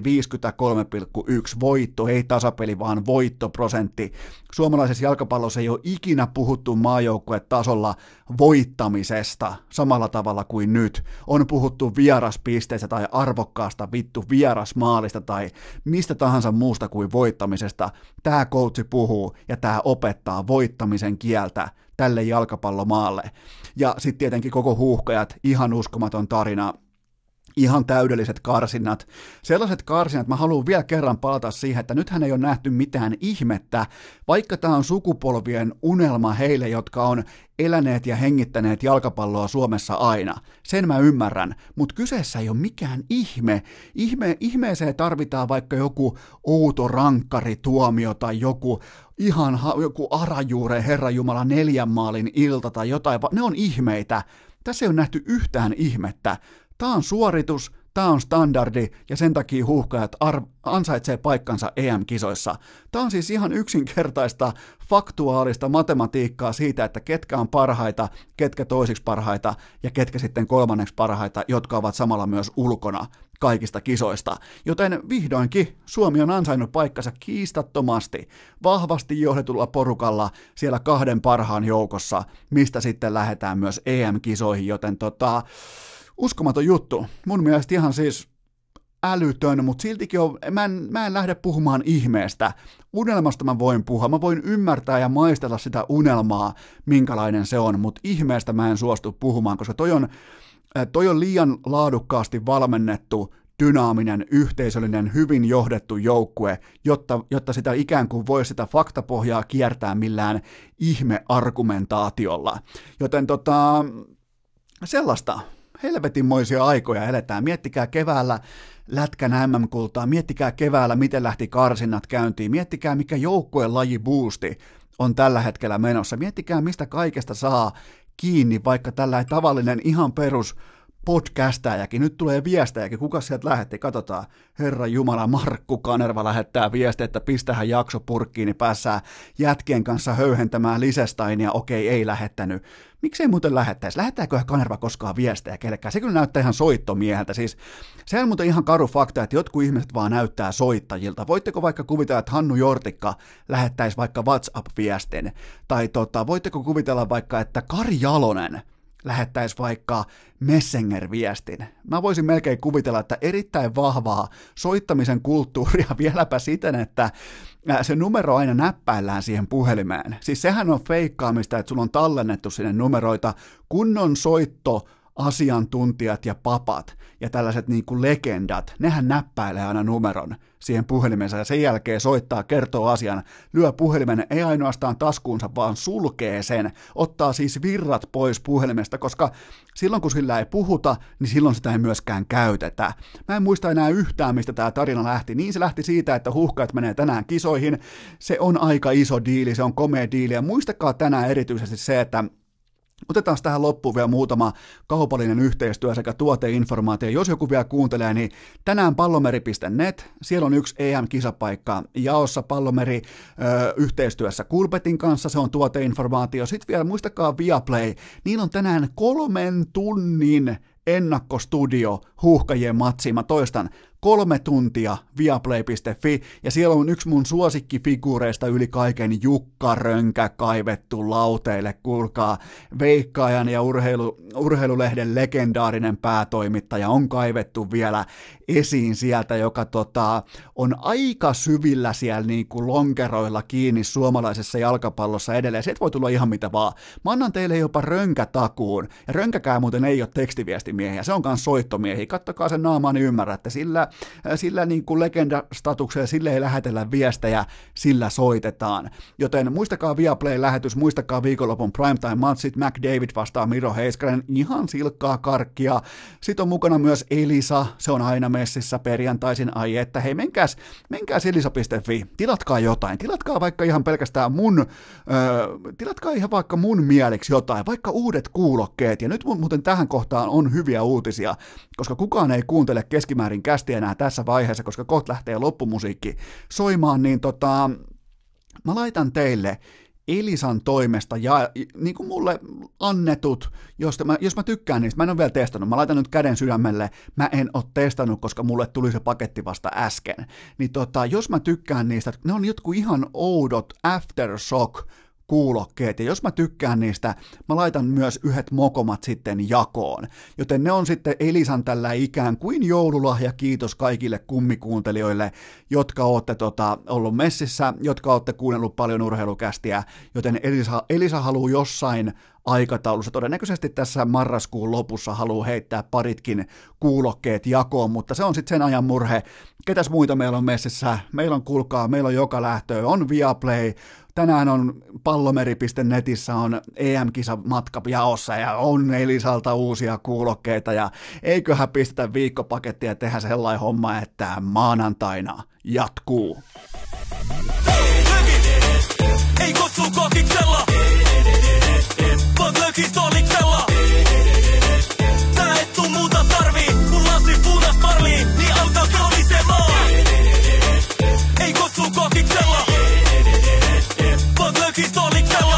53,1, voitto, ei tasapeli, vaan voittoprosentti. Suomalaisessa jalkapallossa ei ole ikinä puhuttu maajoukkuetasolla voittamisesta samalla tavalla kuin nyt. On puhuttu vieraspisteistä tai arvokkaasta vierasmaalista tai mistä tahansa muusta kuin voittamisesta. Tämä coachi puhuu ja tämä opettaa voittamisen kieltä tälle jalkapallomaalle. Ja sitten tietenkin koko Huuhkajat, ihan uskomaton tarina. Ihan täydelliset karsinnat. Sellaiset karsinnat, mä haluan vielä kerran palata siihen, että nythän ei ole nähty mitään ihmettä, vaikka tämä on sukupolvien unelma heille, jotka on eläneet ja hengittäneet jalkapalloa Suomessa aina. Sen mä ymmärrän, mutta kyseessä ei ole mikään ihme. Ihmeeseen tarvitaan vaikka joku outo rankkarituomio tai joku Arajuure Herranjumala 4 maalin ilta tai jotain. Ne on ihmeitä. Tässä ei ole nähty yhtään ihmettä. Tämä on suoritus, tämä on standardi ja sen takia Huuhkajat ansaitsee paikkansa EM-kisoissa. Tämä on siis ihan yksinkertaista, faktuaalista matematiikkaa siitä, että ketkä on parhaita, ketkä toisiksi parhaita ja ketkä sitten kolmanneksi parhaita, jotka ovat samalla myös ulkona kaikista kisoista. Joten vihdoinkin Suomi on ansainnut paikkansa kiistattomasti, vahvasti johdetulla porukalla siellä 2 parhaan joukossa, mistä sitten lähdetään myös EM-kisoihin, joten uskomaton juttu. Mun mielestä ihan siis älytön, mutta siltikin mä en lähde puhumaan ihmeestä. Unelmasta mä voin puhua, mä voin ymmärtää ja maistella sitä unelmaa, minkälainen se on, mutta ihmeestä mä en suostu puhumaan, koska toi on liian laadukkaasti valmennettu, dynaaminen, yhteisöllinen, hyvin johdettu joukkue, jotta sitä ikään kuin voi sitä faktapohjaa kiertää millään ihmeargumentaatiolla. Joten sellaista helvetinmoisia aikoja eletään. Miettikää keväällä lätkän MM-kultaa, miettikää keväällä, miten lähti karsinnat käyntiin, miettikää mikä joukkueen laji boosti on tällä hetkellä menossa, miettikää mistä kaikesta saa kiinni, vaikka tällainen tavallinen ihan perus podcastajakin, nyt tulee viestejäkin, kuka sieltä lähetti, katsotaan, Herra Jumala, Markku Kanerva lähettää viestiä, että pistähän jakso purkkiin, niin päässään jätkien kanssa höyhentämään Lisesteinia, okei, ei lähettänyt. Miksei muuten lähettäisi? Lähettääkö Kanerva koskaan viestejä kellekään? Se kyllä näyttää ihan soittomieheltä, siis sehän on muuten ihan karu fakta, että jotkut ihmiset vaan näyttää soittajilta. Voitteko vaikka kuvitella, että Hannu Jortikka lähettäisi vaikka WhatsApp-viestin, tai voitteko kuvitella vaikka, että Kari Jalonen lähettäisi vaikka Messenger-viestin. Mä voisin melkein kuvitella, että erittäin vahvaa soittamisen kulttuuria vieläpä siten, että se numero aina näppäillään siihen puhelimeen. Siis sehän on feikkaamista, että sulla on tallennettu sinne numeroita. Kunnon soitto asiantuntijat ja papat ja tällaiset niin kuin legendat, nehän näppäilee aina numeron siihen puhelimensa ja sen jälkeen soittaa, kertoo asian, lyö puhelimen ei ainoastaan taskuunsa, vaan sulkee sen, ottaa siis virrat pois puhelimesta, koska silloin kun sillä ei puhuta, niin silloin sitä ei myöskään käytetä. Mä en muista enää yhtään, mistä tämä tarina lähti. Niin se lähti siitä, että Huuhkajat menee tänään kisoihin. Se on aika iso diili, se on komea diili ja muistakaa tänään erityisesti se, että otetaan tähän loppuun vielä muutama kaupallinen yhteistyö sekä tuoteinformaatio. Jos joku vielä kuuntelee, niin tänään pallomeri.net, siellä on yksi EM-kisapaikka jaossa Pallomeri yhteistyössä Coolbetin kanssa, se on tuoteinformaatio. Sitten vielä muistakaa Viaplay, niillä on tänään 3 tunnin ennakkostudio Huuhkajien matsiin. Mä toistan, 3 tuntia viaplay.fi, ja siellä on yksi mun suosikkifiguureista yli kaiken Jukka Rönkä kaivettu lauteille, kuulkaa, Veikkaajan ja urheilulehden legendaarinen päätoimittaja on kaivettu vielä esiin sieltä, joka on aika syvillä siellä niin kuin lonkeroilla kiinni suomalaisessa jalkapallossa edelleen. Sieltä voi tulla ihan mitä vaan. Mä annan teille jopa rönkätakuun, ja rönkäkään muuten ei ole tekstiviestimiehiä, se on myös soittomiehiä. Kattokaa sen naamaa, niin ymmärrätte. Sillä niin kuin legendastatuksella, sille ei lähetellä viestejä, sillä soitetaan. Joten muistakaa Viaplay-lähetys, muistakaa viikonlopun primetime-matsit, McDavid vastaa Miro Heiskanen, ihan silkkaa karkkia. Sitten on mukana myös Elisa, se on aina messissä perjantaisin, ai että hei, menkääs elisa.fi, tilatkaa jotain, tilatkaa vaikka ihan pelkästään tilatkaa ihan vaikka mun mieliksi jotain, vaikka uudet kuulokkeet, ja nyt muuten tähän kohtaan on hyviä uutisia, koska kukaan ei kuuntele keskimäärin kästiä enää tässä vaiheessa, koska kohta lähtee loppumusiikki soimaan, niin mä laitan teille Elisan toimesta ja niin kuin mulle annetut, jos mä tykkään niistä, mä en ole vielä testannut, mä laitan nyt käden sydämelle, mä en ole testannut, koska mulle tuli se paketti vasta äsken, niin jos mä tykkään niistä, ne on jotkut ihan oudot Aftershock kuulokkeet, ja jos mä tykkään niistä, mä laitan myös yhdet mokomat sitten jakoon, joten ne on sitten Elisan tällä ikään kuin joululahja, kiitos kaikille kummikuuntelijoille, jotka ootte ollut messissä, jotka ootte kuunnellut paljon urheilukästiä, joten Elisa haluaa jossain aikataulussa, todennäköisesti tässä marraskuun lopussa haluaa heittää paritkin kuulokkeet jakoon, mutta se on sitten sen ajan murhe. Ketäs muita meillä on messissä? Meillä on, kuulkaa, meillä on joka lähtöä, on Viaplay, tänään on pallomeri.netissä on EM-kisamatka jaossa ja on Elisalta uusia kuulokkeita ja eiköhän pistetä viikkopakettia ja tehdä sellainen homma, että maanantaina jatkuu. Ei kossu kokiksella, vaan lökistoliksella. Sä et tuu muuta tarvii, kun lasi punas parlii, niin alkaa kolisemaan. Ei kossu kokiksella, vaan lökistoliksella.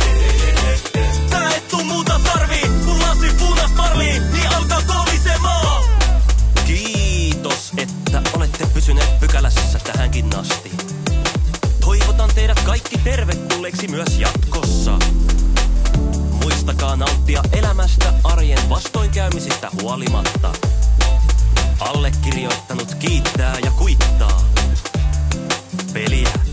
Sä et tuu muuta tarvii, kun lasi punas parlii, niin alkaa kolisemaan. Kiitos, että olette pysyneet pykälässä tähänkin asti. Toivotan teidät kaikki tervetulleeksi myös jatkossa. Muistakaa nauttia elämästä arjen vastoinkäymisistä huolimatta. Allekirjoittanut kiittää ja kuittaa. Peliä